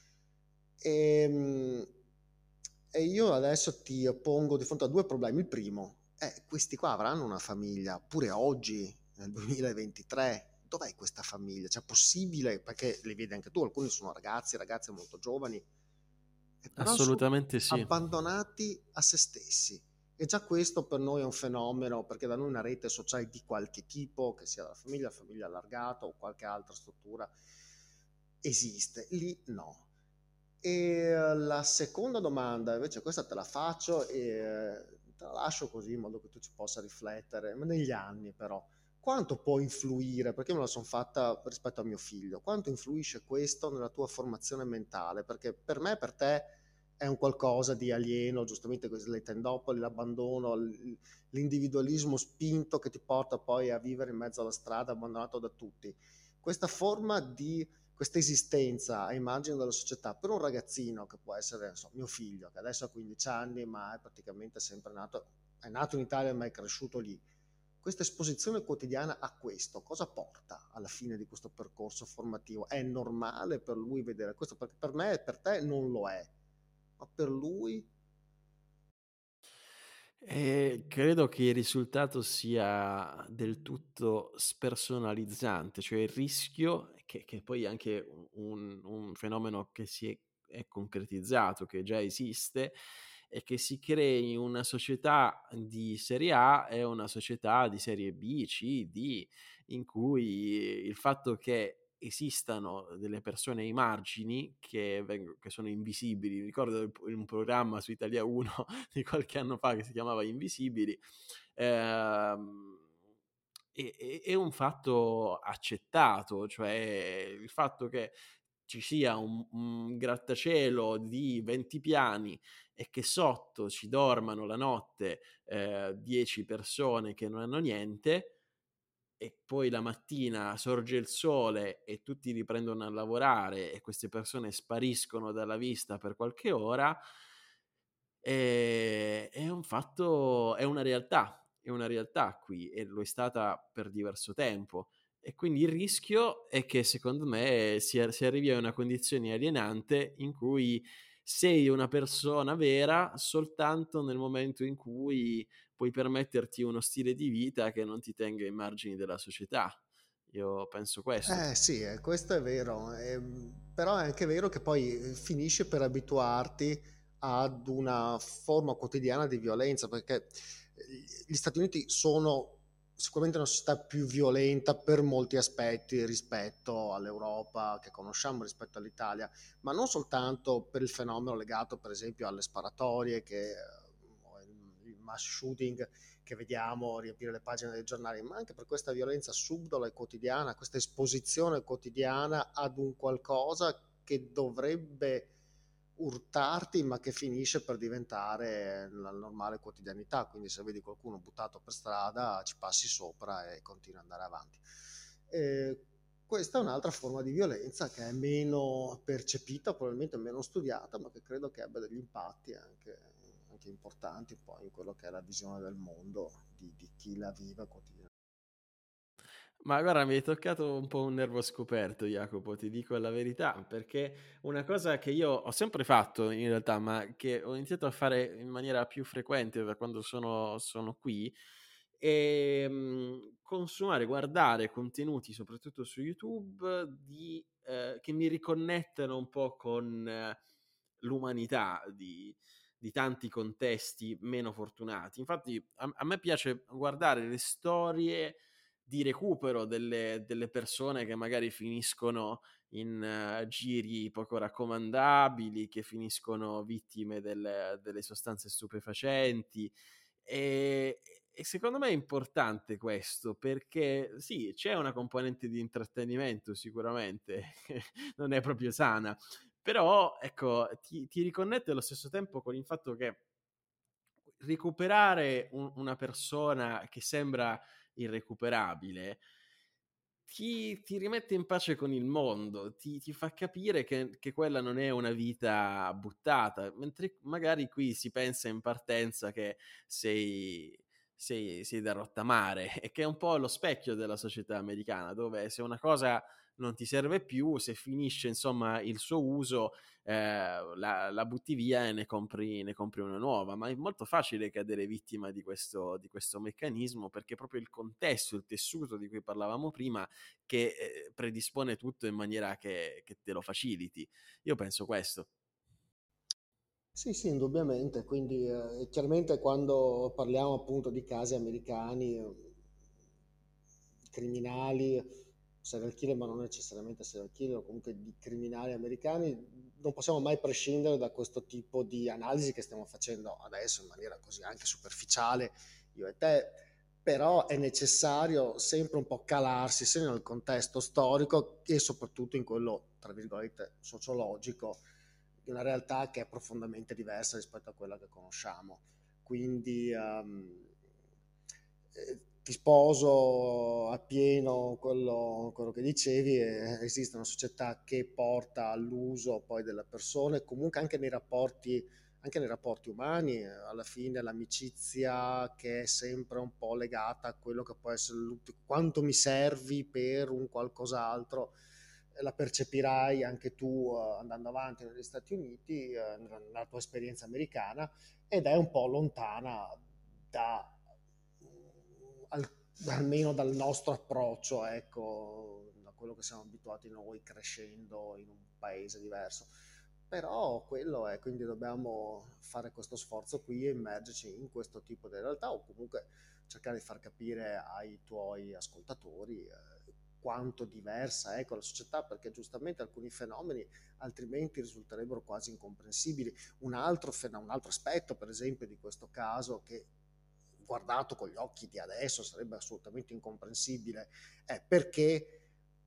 Speaker 2: E, e io adesso ti pongo di fronte a due problemi. Il primo è: questi qua avranno una famiglia pure oggi, nel 2023? Dov'è questa famiglia? Cioè, possibile? Perché li vedi anche tu, alcuni sono ragazze molto giovani, e però sono
Speaker 1: Assolutamente sì.
Speaker 2: abbandonati a se stessi. E già questo per noi è un fenomeno, perché da noi una rete sociale di qualche tipo, che sia la famiglia allargata o qualche altra struttura, esiste, lì no. E la seconda domanda, invece questa te la faccio e te la lascio così in modo che tu ci possa riflettere, ma negli anni però, quanto può influire, perché io me la sono fatta rispetto a mio figlio, quanto influisce questo nella tua formazione mentale? Perché per me, per te è un qualcosa di alieno, giustamente le tendopoli, l'abbandono, l'individualismo spinto che ti porta poi a vivere in mezzo alla strada, abbandonato da tutti. Questa forma di questa esistenza a immagine della società per un ragazzino che può essere so, mio figlio, che adesso ha 15 anni, ma è praticamente sempre nato, è nato in Italia ma è cresciuto lì. Questa esposizione quotidiana a questo, cosa porta alla fine di questo percorso formativo? È normale per lui vedere questo? Perché per me e per te non lo è, ma per lui.
Speaker 1: Credo che il risultato sia del tutto spersonalizzante, cioè il rischio che poi è anche un fenomeno che è concretizzato, che già esiste, è che si crei una società di serie A e una società di serie B, C, D, in cui il fatto che esistano delle persone ai margini che sono invisibili. Ricordo un programma su Italia 1 di qualche anno fa che si chiamava Invisibili, ehm, è un fatto accettato, cioè il fatto che ci sia un grattacielo di 20 piani e che sotto ci dormano la notte 10 persone che non hanno niente, e poi la mattina sorge il sole e tutti riprendono a lavorare e queste persone spariscono dalla vista per qualche ora, è un fatto, è una realtà qui e lo è stata per diverso tempo. E quindi il rischio è che secondo me si arrivi a una condizione alienante in cui sei una persona vera soltanto nel momento in cui puoi permetterti uno stile di vita che non ti tenga ai margini della società. Io penso questo.
Speaker 2: Sì, questo è vero, però è anche vero che poi finisce per abituarti ad una forma quotidiana di violenza, perché gli Stati Uniti sono sicuramente una società più violenta per molti aspetti rispetto all'Europa che conosciamo, rispetto all'Italia, ma non soltanto per il fenomeno legato per esempio alle sparatorie, o il mass shooting che vediamo riempire le pagine dei giornali, ma anche per questa violenza subdola e quotidiana, questa esposizione quotidiana ad un qualcosa che dovrebbe urtarti, ma che finisce per diventare la normale quotidianità. Quindi se vedi qualcuno buttato per strada, ci passi sopra e continui ad andare avanti. Questa è un'altra forma di violenza che è meno percepita, probabilmente meno studiata, ma che credo che abbia degli impatti anche importanti poi in quello che è la visione del mondo di chi la vive quotidianamente.
Speaker 1: Ma guarda, mi hai toccato un po' un nervo scoperto, Jacopo, ti dico la verità, perché una cosa che io ho sempre fatto in realtà, ma che ho iniziato a fare in maniera più frequente da quando sono qui, è consumare, guardare contenuti, soprattutto su YouTube, che mi riconnettono un po' con l'umanità di tanti contesti meno fortunati. Infatti a me piace guardare le storie di recupero delle persone che magari finiscono in giri poco raccomandabili, che finiscono vittime delle sostanze stupefacenti. E, e secondo me è importante questo perché sì, c'è una componente di intrattenimento sicuramente, che non è proprio sana, però ecco, ti riconnette allo stesso tempo con il fatto che recuperare una persona che sembra irrecuperabile ti rimette in pace con il mondo, ti fa capire che quella non è una vita buttata, mentre magari qui si pensa in partenza che sei sei da rottamare e che è un po' lo specchio della società americana, dove se una cosa non ti serve più, se finisce insomma il suo uso, la butti via e ne compri una nuova, ma è molto facile cadere vittima di questo meccanismo perché proprio il contesto, il tessuto di cui parlavamo prima che predispone tutto in maniera che te lo faciliti. Io penso questo.
Speaker 2: Sì, sì, indubbiamente. Quindi chiaramente quando parliamo appunto di casi americani, criminali, serial killer, ma non necessariamente serial killer, o comunque di criminali americani, non possiamo mai prescindere da questo tipo di analisi che stiamo facendo adesso in maniera così anche superficiale, io e te, però è necessario sempre un po' calarsi sia nel contesto storico e soprattutto in quello, tra virgolette, sociologico, di una realtà che è profondamente diversa rispetto a quella che conosciamo. Quindi ti sposo appieno quello che dicevi, esiste una società che porta all'uso poi delle persone, comunque anche nei rapporti umani, alla fine l'amicizia che è sempre un po' legata a quello che può essere quanto mi servi per un qualcos'altro, la percepirai anche tu andando avanti negli Stati Uniti, nella tua esperienza americana, ed è un po' lontana da, al- almeno dal nostro approccio, ecco, da quello che siamo abituati noi crescendo in un paese diverso. Però quello è, quindi dobbiamo fare questo sforzo qui e immergerci in questo tipo di realtà o comunque cercare di far capire ai tuoi ascoltatori quanto diversa è con la società, perché giustamente alcuni fenomeni altrimenti risulterebbero quasi incomprensibili. Un altro aspetto, per esempio, di questo caso che guardato con gli occhi di adesso sarebbe assolutamente incomprensibile, è perché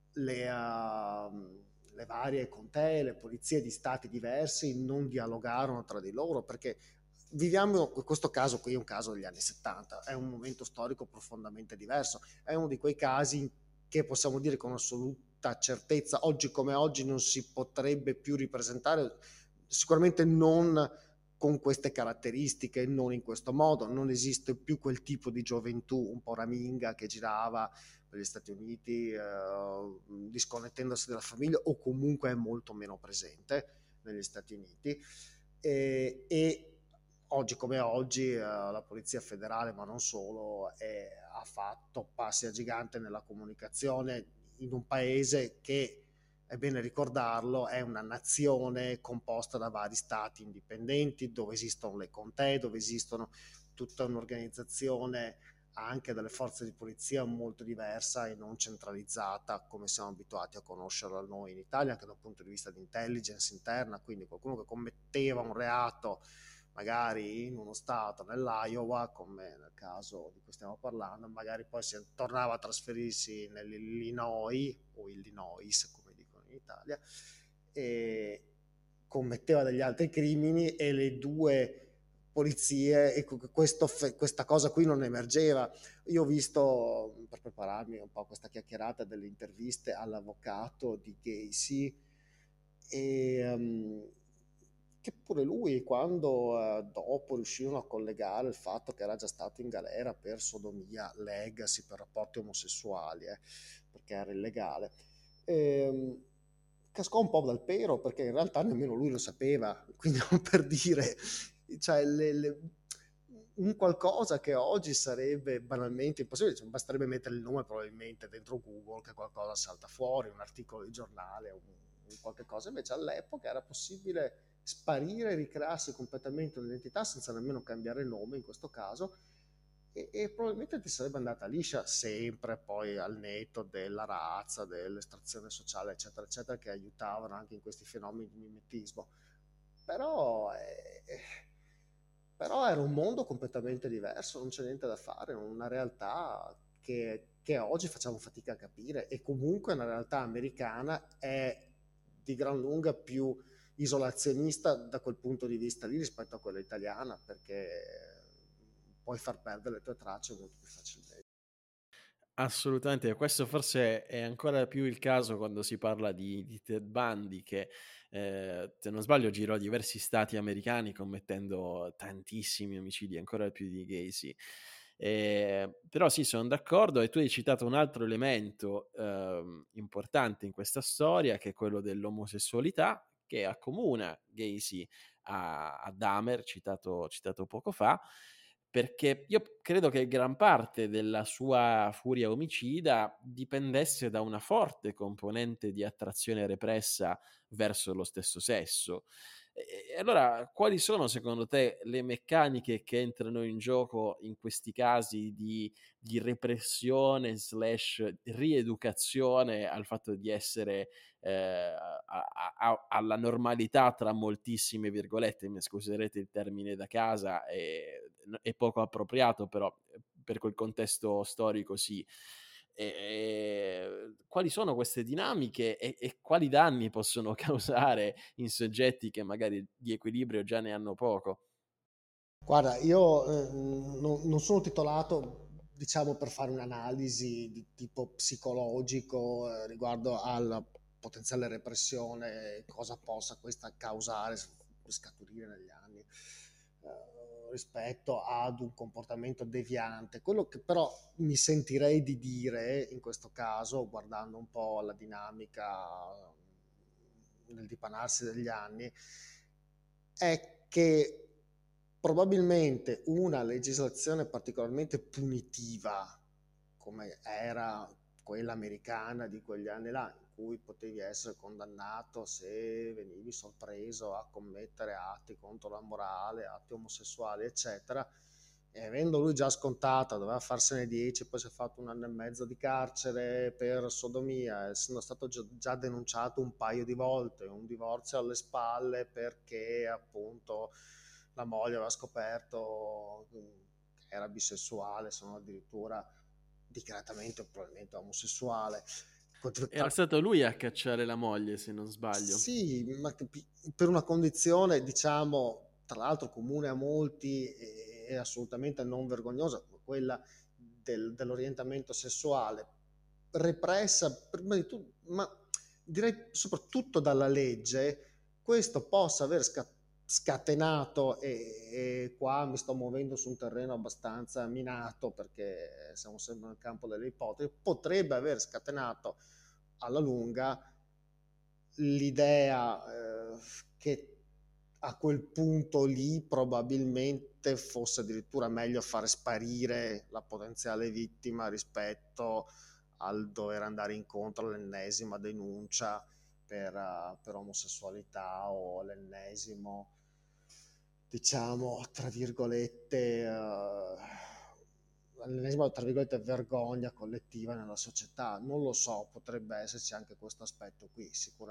Speaker 2: le varie contee, le polizie di stati diversi non dialogarono tra di loro, perché viviamo questo caso qui, è un caso degli anni 70, è un momento storico profondamente diverso, è uno di quei casi che possiamo dire con assoluta certezza oggi come oggi non si potrebbe più ripresentare, sicuramente non con queste caratteristiche, non in questo modo, non esiste più quel tipo di gioventù un po' raminga che girava per gli Stati Uniti disconnettendosi dalla famiglia o comunque è molto meno presente negli Stati Uniti e oggi come oggi la Polizia Federale, ma non solo, ha fatto passi a gigante nella comunicazione in un paese che, è bene ricordarlo, è una nazione composta da vari stati indipendenti, dove esistono le contee, dove esistono tutta un'organizzazione anche delle forze di polizia molto diversa e non centralizzata come siamo abituati a conoscerla noi in Italia, anche dal punto di vista di intelligence interna, quindi qualcuno che commetteva un reato magari in uno stato, nell'Iowa, come nel caso di cui stiamo parlando, magari poi si tornava a trasferirsi nell'Illinois o Illinois, come dicono in Italia, e commetteva degli altri crimini e le due polizie e questa cosa qui non emergeva. Io ho visto, per prepararmi un po' a questa chiacchierata, delle interviste all'avvocato di Gacy e che pure lui quando dopo riuscirono a collegare il fatto che era già stato in galera per sodomia legacy, per rapporti omosessuali, perché era illegale, ehm, cascò un po' dal pero perché in realtà nemmeno lui lo sapeva, quindi per dire, cioè un qualcosa che oggi sarebbe banalmente impossibile, cioè, basterebbe mettere il nome probabilmente dentro Google che qualcosa salta fuori, un articolo di giornale, un qualche cosa, invece all'epoca era possibile sparire, ricrearsi completamente un'identità senza nemmeno cambiare nome in questo caso e probabilmente ti sarebbe andata liscia sempre poi al netto della razza, dell'estrazione sociale eccetera eccetera che aiutavano anche in questi fenomeni di mimetismo però, però era un mondo completamente diverso, non c'è niente da fare, una realtà che oggi facciamo fatica a capire e comunque una realtà americana è di gran lunga più isolazionista da quel punto di vista lì rispetto a quella italiana perché puoi far perdere le tue tracce molto più facilmente.
Speaker 1: Assolutamente, questo forse è ancora più il caso quando si parla di Ted Bundy che, se non sbaglio girò diversi stati americani commettendo tantissimi omicidi, ancora più di Gacy. Però sì, son d'accordo e tu hai citato un altro elemento, importante in questa storia che è quello dell'omosessualità che accomuna Gacy a Dahmer citato poco fa, perché io credo che gran parte della sua furia omicida dipendesse da una forte componente di attrazione repressa verso lo stesso sesso. E allora, quali sono secondo te le meccaniche che entrano in gioco in questi casi di repressione slash rieducazione al fatto di essere alla normalità tra moltissime virgolette, mi scuserete il termine da casa, è poco appropriato, però per quel contesto storico sì. Quali sono queste dinamiche e quali danni possono causare in soggetti che magari di equilibrio già ne hanno poco?
Speaker 2: Guarda, io non sono titolato, diciamo, per fare un'analisi di tipo psicologico riguardo alla potenziale repressione, cosa possa questa causare, scaturire negli anni, rispetto ad un comportamento deviante. Quello che però mi sentirei di dire in questo caso, guardando un po' la dinamica nel dipanarsi degli anni, è che probabilmente una legislazione particolarmente punitiva, come era quella americana di quegli anni là, in cui potevi essere condannato se venivi sorpreso a commettere atti contro la morale, atti omosessuali, eccetera, e avendo lui già scontata, doveva farsene 10, poi si è fatto 1 anno e mezzo di carcere per sodomia, essendo stato già denunciato un paio di volte, un divorzio alle spalle perché appunto la moglie aveva scoperto che era bisessuale, sono addirittura dichiaratamente probabilmente omosessuale.
Speaker 1: Era stato lui a cacciare la moglie, se non sbaglio.
Speaker 2: Sì, ma per una condizione, diciamo, tra l'altro comune a molti e assolutamente non vergognosa, quella dell'orientamento sessuale, repressa prima di tutto, ma direi soprattutto dalla legge, questo possa aver scatenato, e qua mi sto muovendo su un terreno abbastanza minato perché siamo sempre nel campo delle ipotesi, potrebbe aver scatenato alla lunga l'idea che a quel punto lì probabilmente fosse addirittura meglio fare sparire la potenziale vittima rispetto al dover andare incontro all'ennesima denuncia per omosessualità o all'ennesimo, diciamo, tra virgolette, all'ennesima, tra virgolette, vergogna collettiva nella società. Non lo so, potrebbe esserci anche questo aspetto qui.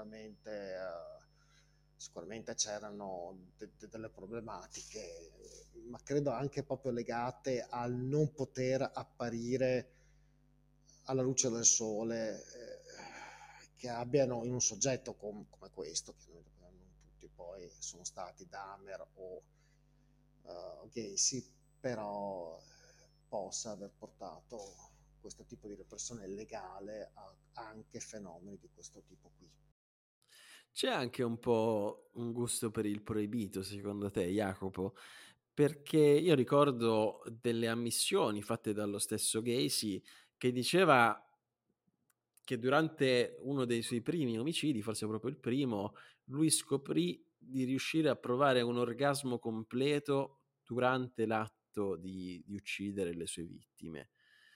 Speaker 2: Sicuramente c'erano delle problematiche, ma credo anche proprio legate al non poter apparire alla luce del sole, che abbiano in un soggetto come questo, che non tutti poi sono stati Dahmer o Gacy, però possa aver portato questo tipo di repressione legale a anche fenomeni di questo tipo qui.
Speaker 1: C'è anche un po' un gusto per il proibito, secondo te, Jacopo? Perché io ricordo delle ammissioni fatte dallo stesso Gacy che diceva che durante uno dei suoi primi omicidi, forse proprio il primo, lui scoprì di riuscire a provare un orgasmo completo durante l'atto di uccidere le sue vittime.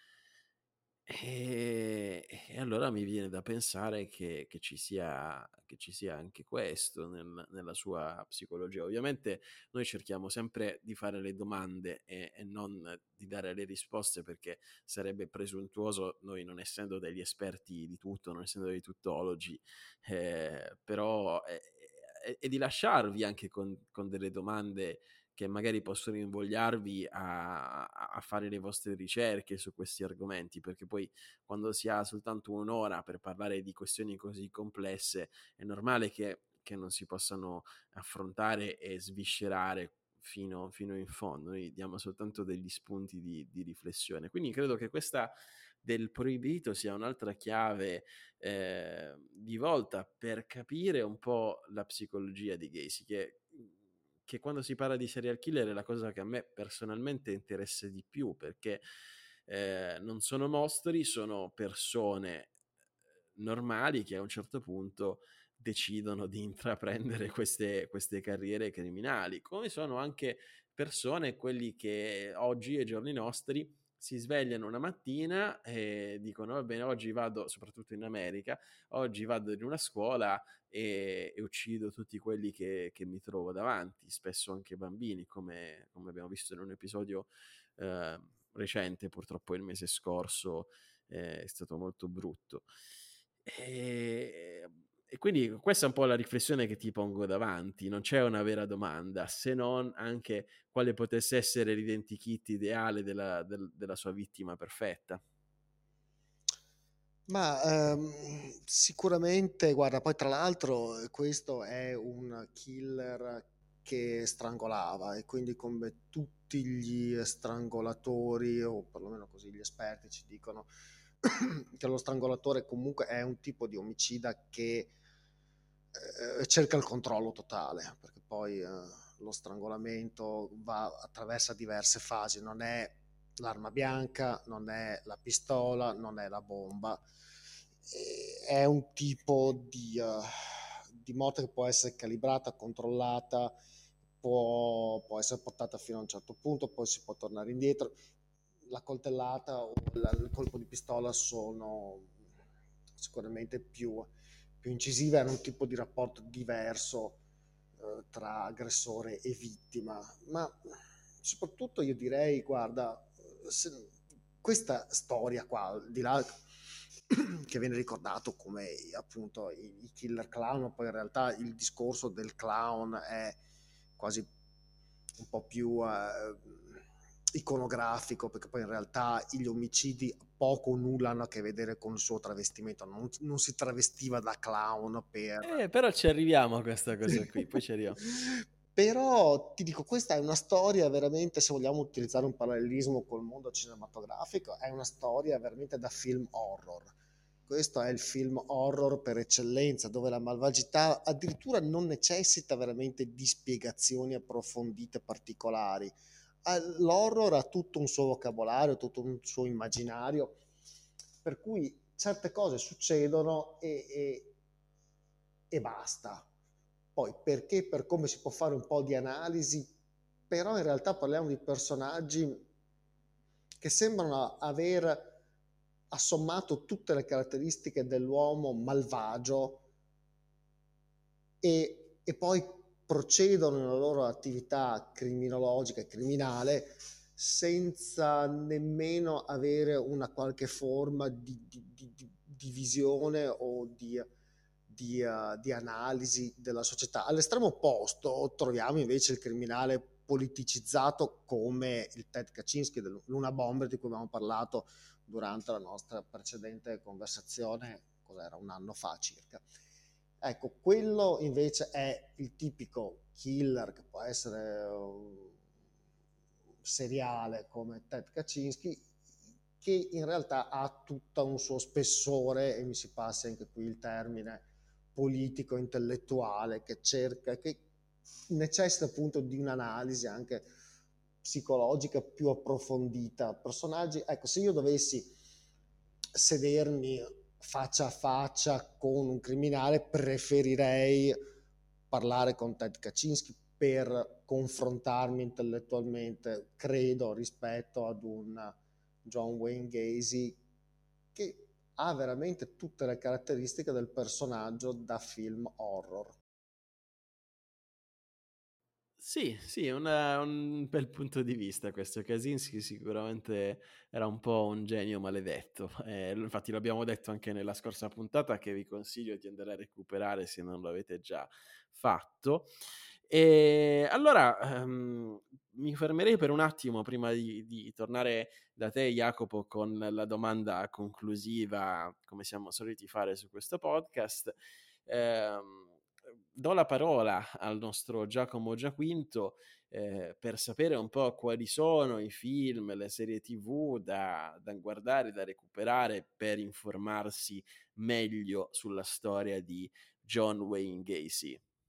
Speaker 1: E allora mi viene da pensare che ci sia anche questo nella sua psicologia. Ovviamente noi cerchiamo sempre di fare le domande e non di dare le risposte, perché sarebbe presuntuoso, noi non essendo degli esperti di tutto, non essendo dei tuttologi, però e di lasciarvi anche con delle domande che magari possono invogliarvi a fare le vostre ricerche su questi argomenti, perché poi quando si ha soltanto un'ora per parlare di questioni così complesse è normale che non si possano affrontare e sviscerare fino in fondo. Noi diamo soltanto degli spunti di riflessione. Quindi credo che questa del proibito sia un'altra chiave di volta per capire un po' la psicologia di Gacy, che quando si parla di serial killer è la cosa che a me personalmente interessa di più, perché non sono mostri, sono persone normali che a un certo punto decidono di intraprendere queste carriere criminali, come sono anche persone, quelli che oggi, ai giorni nostri, si svegliano una mattina e dicono: va bene, oggi vado, soprattutto in America, oggi vado in una scuola e uccido tutti quelli che mi trovo davanti, spesso anche bambini, come abbiamo visto in un episodio eh, recente, purtroppo il mese scorso, è stato molto brutto. E quindi questa è un po' la riflessione che ti pongo davanti, non c'è una vera domanda, se non anche quale potesse essere l'identikit ideale della sua vittima perfetta.
Speaker 2: Ma sicuramente, guarda, poi tra l'altro questo è un killer che strangolava, e quindi come tutti gli strangolatori, o perlomeno così gli esperti ci dicono, che lo strangolatore comunque è un tipo di omicida che cerca il controllo totale, perché poi lo strangolamento attraversa diverse fasi, non è l'arma bianca, non è la pistola, non è la bomba, è un tipo di morte che può essere calibrata, controllata, può essere portata fino a un certo punto, poi si può tornare indietro. La coltellata o il colpo di pistola sono sicuramente più incisive, hanno un tipo di rapporto diverso tra aggressore e vittima, ma soprattutto io direi, guarda, questa storia qua, di là che viene ricordato come appunto i killer clown, ma poi in realtà il discorso del clown è quasi un po' più iconografico, perché poi in realtà gli omicidi poco o nulla hanno a che vedere con il suo travestimento, non si travestiva da clown per...
Speaker 1: Però ci arriviamo a questa cosa qui, poi ci arriviamo.
Speaker 2: Però ti dico, questa è una storia veramente, se vogliamo utilizzare un parallelismo col mondo cinematografico, è una storia veramente da film horror. Questo è il film horror per eccellenza, dove la malvagità addirittura non necessita veramente di spiegazioni approfondite particolari. L'horror ha tutto un suo vocabolario, tutto un suo immaginario, per cui certe cose succedono e basta. Poi perché, per come si può fare un po' di analisi, però in realtà parliamo di personaggi che sembrano aver assommato tutte le caratteristiche dell'uomo malvagio e poi procedono nella loro attività criminologica e criminale senza nemmeno avere una qualche forma di visione o di analisi della società. All'estremo opposto troviamo invece il criminale politicizzato come il Ted Kaczynski dell'Luna Bomber, di cui abbiamo parlato durante la nostra precedente conversazione, cos'era, un anno fa circa. Ecco, quello invece è il tipico killer che può essere seriale come Ted Kaczynski, che in realtà ha tutto un suo spessore, e mi si passi anche qui il termine politico, intellettuale, che cerca, che necessita appunto di un'analisi anche psicologica più approfondita. Personaggi, ecco, se io dovessi sedermi faccia a faccia con un criminale, preferirei parlare con Ted Kaczynski per confrontarmi intellettualmente, credo, rispetto ad un John Wayne Gacy che ha veramente tutte le caratteristiche del personaggio da film horror.
Speaker 1: Sì, sì, è un bel punto di vista questo. Kaczynski sicuramente era un po' un genio maledetto. Infatti l'abbiamo detto anche nella scorsa puntata, che vi consiglio di andare a recuperare se non lo avete già fatto. E allora mi fermerei per un attimo prima di tornare da te, Jacopo, con la domanda conclusiva, come siamo soliti fare su questo podcast. Do la parola al nostro Giacomo Giaquinto per sapere un po' quali sono i film, le serie TV da guardare, da recuperare per informarsi meglio sulla storia di John Wayne Gacy.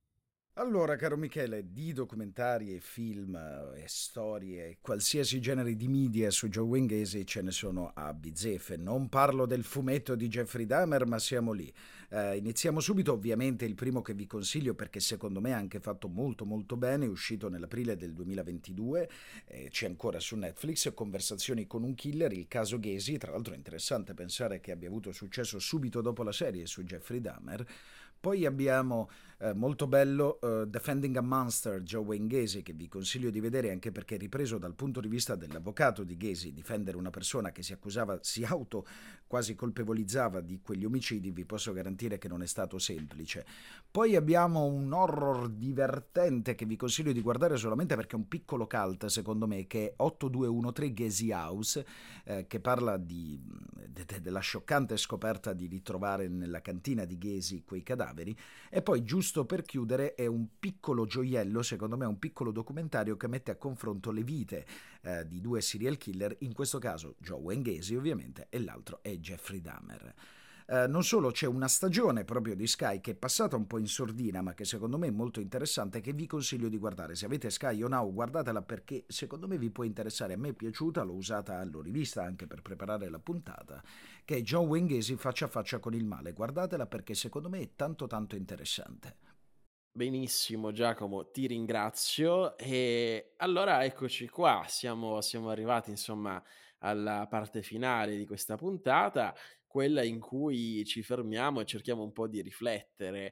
Speaker 3: Allora, caro Michele, di documentari e film e storie, qualsiasi genere di media su Joe Wayne Gacy ce ne sono a bizzeffe. Non parlo del fumetto di Jeffrey Dahmer, ma siamo lì. Iniziamo subito, ovviamente il primo che vi consiglio perché secondo me è anche fatto molto molto bene, è uscito nell'aprile del 2022, c'è ancora su Netflix, Conversazioni con un killer, il caso Gacy. Tra l'altro è interessante pensare che abbia avuto successo subito dopo la serie su Jeffrey Dahmer. Poi abbiamo molto bello Defending a Monster, Joe Wayne Gacy, che vi consiglio di vedere anche perché è ripreso dal punto di vista dell'avvocato di Gacy. Difendere una persona che si accusava, si auto quasi colpevolizzava di quegli omicidi, vi posso garantire che non è stato semplice. Poi abbiamo un horror divertente che vi consiglio di guardare solamente perché è un piccolo cult secondo me, che è 8213 Gacy House, che parla della scioccante scoperta di ritrovare nella cantina di Gacy quei cadaveri. E poi, giusto per chiudere, è un piccolo gioiello, secondo me, un piccolo documentario che mette a confronto le vite di due serial killer, in questo caso Joe Wayne Gacy ovviamente, e l'altro è Jeffrey Dahmer. Non solo, c'è una stagione proprio di Sky che è passata un po' in sordina, ma che secondo me è molto interessante, che vi consiglio di guardare. Se avete Sky o Now, guardatela perché secondo me vi può interessare. A me è piaciuta, l'ho rivista anche per preparare la puntata, che è John Wayne Gacy faccia a faccia con il male. Guardatela perché secondo me è tanto tanto interessante.
Speaker 1: Benissimo Giacomo, ti ringrazio. E allora eccoci qua, siamo arrivati insomma alla parte finale di questa puntata, quella in cui ci fermiamo e cerchiamo un po' di riflettere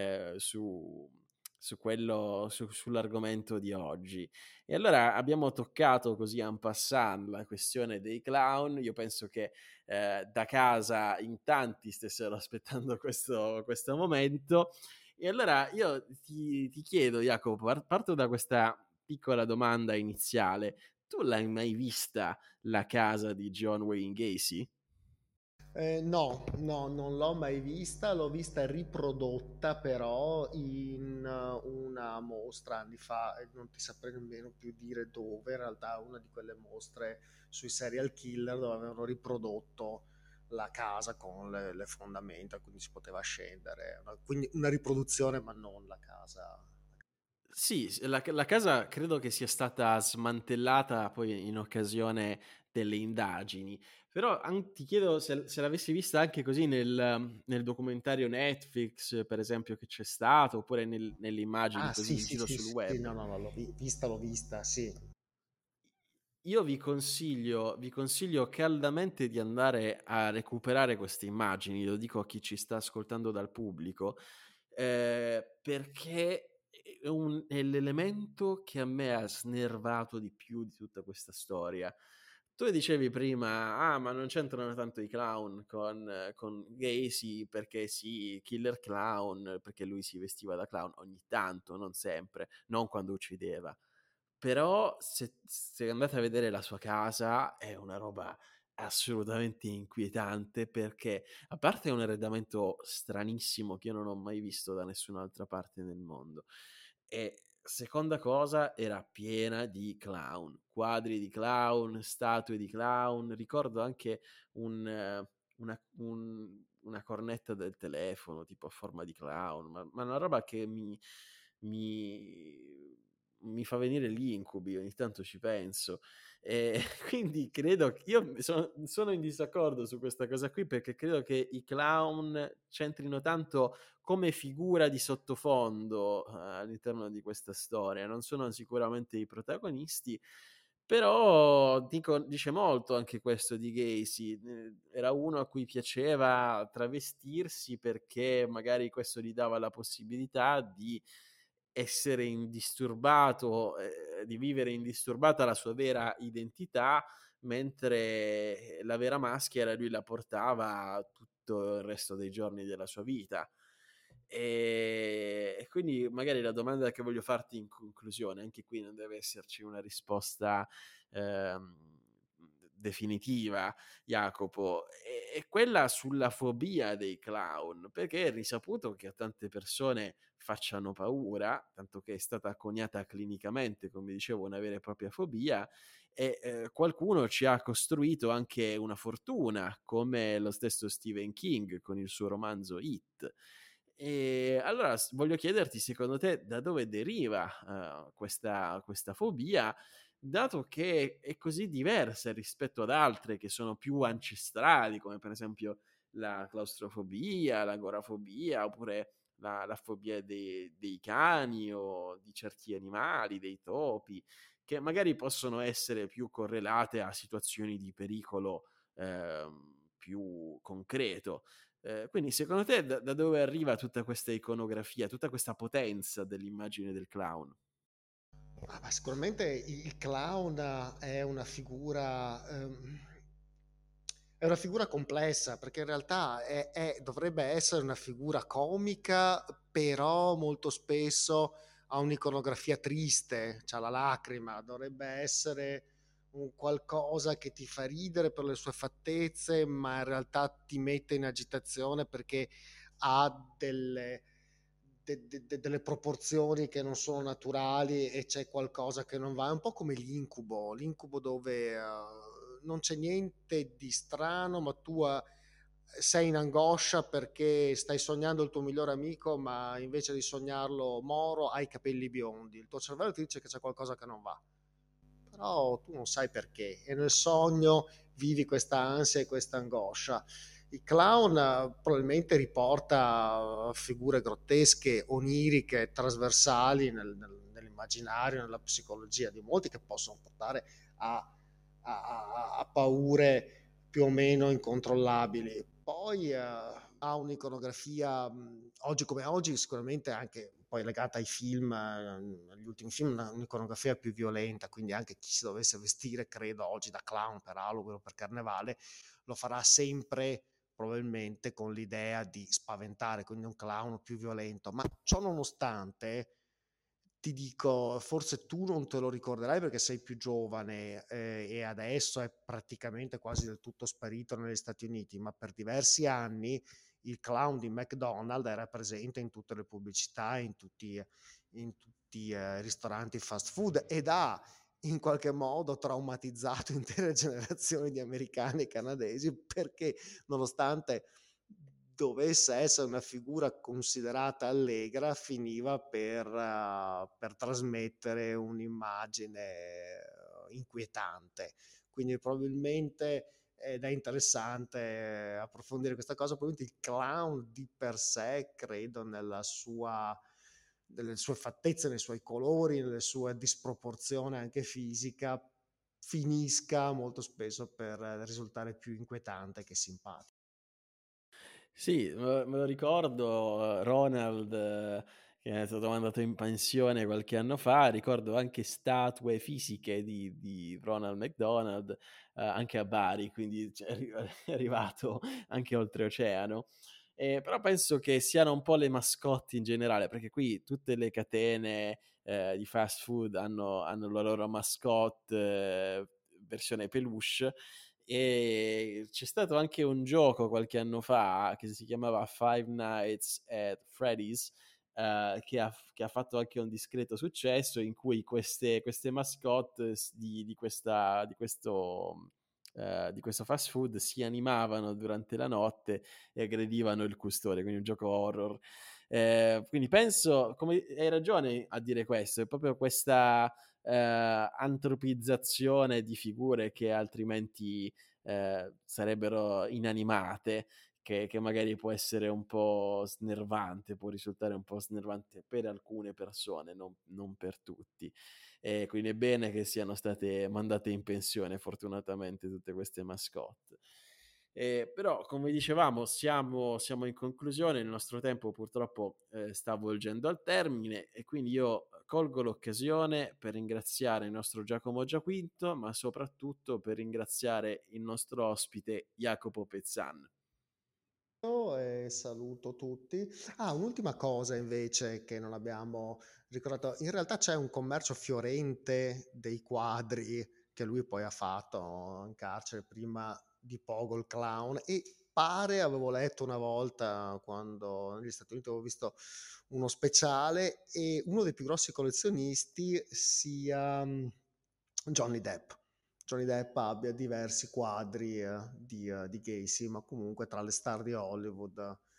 Speaker 1: sull'argomento di oggi. E allora abbiamo toccato così en passant la questione dei clown. Io penso che da casa in tanti stessero aspettando questo momento. E allora io ti chiedo, Jacopo, parto da questa piccola domanda iniziale. Tu l'hai mai vista la casa di John Wayne Gacy?
Speaker 2: No, no, non l'ho mai vista, l'ho vista riprodotta però in una mostra anni fa, e non ti saprei nemmeno più dire dove, in realtà una di quelle mostre sui serial killer dove avevano riprodotto la casa con le fondamenta, quindi si poteva scendere, quindi una riproduzione ma non la casa.
Speaker 1: Sì, la casa credo che sia stata smantellata poi in occasione delle indagini, però ti chiedo se l'avessi vista anche così nel documentario Netflix, per esempio, che c'è stato, oppure nelle immagini
Speaker 2: Ah
Speaker 1: così
Speaker 2: sì,
Speaker 1: in
Speaker 2: sì,
Speaker 1: giro
Speaker 2: sì,
Speaker 1: sul
Speaker 2: sì,
Speaker 1: web.
Speaker 2: no, no, no, l'ho vista, sì.
Speaker 1: Io vi consiglio caldamente di andare a recuperare queste immagini, lo dico a chi ci sta ascoltando dal pubblico, perché è l'elemento che a me ha snervato di più di tutta questa storia. Tu dicevi prima, ma non c'entrano tanto i clown con Gacy, perché sì, killer clown, perché lui si vestiva da clown ogni tanto, non sempre, non quando uccideva. Però se andate a vedere la sua casa è una roba assolutamente inquietante, perché a parte è un arredamento stranissimo che io non ho mai visto da nessun'altra parte nel mondo, e seconda cosa era piena di clown, quadri di clown, statue di clown. Ricordo anche una cornetta del telefono tipo a forma di clown, ma una roba che mi mi fa venire gli incubi, ogni tanto ci penso. E quindi credo che io sono in disaccordo su questa cosa qui, perché credo che i clown c'entrino tanto come figura di sottofondo all'interno di questa storia. Non sono sicuramente i protagonisti, però dice molto anche questo di Gacy. Era uno a cui piaceva travestirsi perché magari questo gli dava la possibilità di essere indisturbato, di vivere indisturbata la sua vera identità, mentre la vera maschera lui la portava tutto il resto dei giorni della sua vita. E quindi magari la domanda che voglio farti in conclusione, anche qui non deve esserci una risposta ehm, definitiva, Jacopo, è quella sulla fobia dei clown, perché è risaputo che a tante persone facciano paura, tanto che è stata coniata clinicamente, come dicevo, una vera e propria fobia, e qualcuno ci ha costruito anche una fortuna, come lo stesso Stephen King con il suo romanzo It. E allora voglio chiederti, secondo te, da dove deriva questa fobia, dato che è così diversa rispetto ad altre che sono più ancestrali, come per esempio la claustrofobia, l'agorafobia, oppure la fobia dei cani o di certi animali, dei topi, che magari possono essere più correlate a situazioni di pericolo più concreto. Quindi secondo te da dove arriva tutta questa iconografia, tutta questa potenza dell'immagine del clown?
Speaker 2: Ma sicuramente il clown è una figura complessa, perché in realtà dovrebbe essere una figura comica, però molto spesso ha un'iconografia triste, c'ha la lacrima, dovrebbe essere un qualcosa che ti fa ridere per le sue fattezze, ma in realtà ti mette in agitazione perché ha delle proporzioni che non sono naturali e c'è qualcosa che non va. È un po' come l'incubo dove non c'è niente di strano, ma tu sei in angoscia perché stai sognando il tuo migliore amico, ma invece di sognarlo moro hai i capelli biondi. Il tuo cervello ti dice che c'è qualcosa che non va, però tu non sai perché, e nel sogno vivi questa ansia e questa angoscia. Il clown probabilmente riporta figure grottesche, oniriche, trasversali nell'immaginario, nella psicologia di molti, che possono portare a paure più o meno incontrollabili. Poi ha un'iconografia, oggi come oggi, sicuramente anche poi legata ai film, agli ultimi film, un'iconografia più violenta, quindi anche chi si dovesse vestire, credo, oggi da clown per Halloween o per Carnevale, lo farà sempre probabilmente con l'idea di spaventare, quindi un clown più violento. Ma ciò nonostante, ti dico, forse tu non te lo ricorderai perché sei più giovane, e adesso è praticamente quasi del tutto sparito negli Stati Uniti, ma per diversi anni il clown di McDonald's era presente in tutte le pubblicità, in tutti i ristoranti fast food, ed ha in qualche modo traumatizzato intere generazioni di americani e canadesi, perché nonostante dovesse essere una figura considerata allegra, finiva per trasmettere un'immagine inquietante. Quindi probabilmente, ed è interessante approfondire questa cosa, probabilmente il clown di per sé, credo, nelle sue fattezze, nei suoi colori, nelle sue disproporzione anche fisica, finisca molto spesso per risultare più inquietante che simpatico.
Speaker 1: Sì, me lo ricordo, Ronald, che è stato mandato in pensione qualche anno fa, ricordo anche statue fisiche di Ronald McDonald, anche a Bari, quindi cioè è arrivato anche oltreoceano. Però penso che siano un po' le mascotte in generale, perché qui tutte le catene, di fast food hanno la loro mascotte, versione peluche, e c'è stato anche un gioco qualche anno fa che si chiamava Five Nights at Freddy's, che ha fatto anche un discreto successo, in cui queste mascotte di questo fast food si animavano durante la notte e aggredivano il custode, quindi un gioco horror. Quindi penso, come hai ragione a dire questo, è proprio questa antropizzazione di figure che altrimenti sarebbero inanimate, che magari può essere un po' snervante, può risultare un po' snervante per alcune persone, non per tutti. E quindi è bene che siano state mandate in pensione, fortunatamente, tutte queste mascotte. Però, come dicevamo, siamo in conclusione, il nostro tempo purtroppo sta volgendo al termine, e quindi io colgo l'occasione per ringraziare il nostro Giacomo Giaquinto, ma soprattutto per ringraziare il nostro ospite Jacopo Pezzan.
Speaker 2: E saluto tutti. Un'ultima cosa invece che non abbiamo ricordato. In realtà c'è un commercio fiorente dei quadri che lui poi ha fatto in carcere prima di Pogo il clown, e pare, avevo letto una volta quando negli Stati Uniti avevo visto uno speciale, e uno dei più grossi collezionisti sia Johnny Depp. Johnny Depp abbia diversi quadri di Gacy, ma comunque tra le star di Hollywood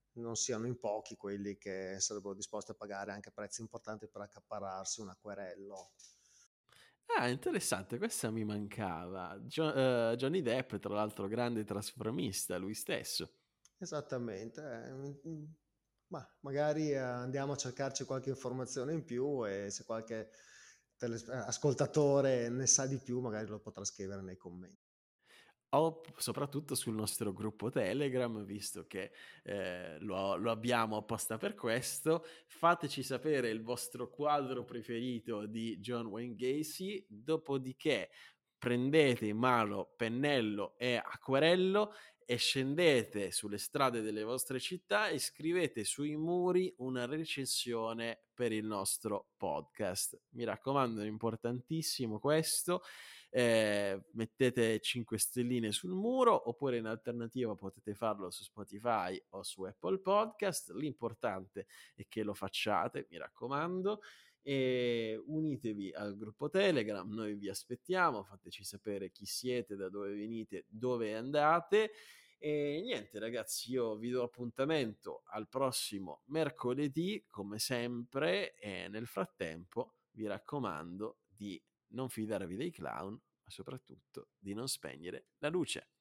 Speaker 2: non siano in pochi quelli che sarebbero disposti a pagare anche prezzi importanti per accaparrarsi un acquerello.
Speaker 1: Ah, interessante, questa mi mancava. Johnny Depp, tra l'altro, grande trasformista, lui stesso.
Speaker 2: Esattamente, ma magari andiamo a cercarci qualche informazione in più e se qualche ascoltatore ne sa di più, magari lo potrà scrivere nei commenti.
Speaker 1: O soprattutto sul nostro gruppo Telegram, visto che lo abbiamo apposta per questo. Fateci sapere il vostro quadro preferito di John Wayne Gacy, dopodiché prendete in mano pennello e acquerello e scendete sulle strade delle vostre città e scrivete sui muri una recensione per il nostro podcast. Mi raccomando, è importantissimo questo. Mettete 5 stelline sul muro, oppure in alternativa potete farlo su Spotify o su Apple Podcast. L'importante è che lo facciate, mi raccomando, e unitevi al gruppo Telegram, noi vi aspettiamo, fateci sapere chi siete, da dove venite, dove andate. E niente ragazzi, io vi do appuntamento al prossimo mercoledì come sempre, e nel frattempo vi raccomando di non fidarvi dei clown, ma soprattutto di non spegnere la luce.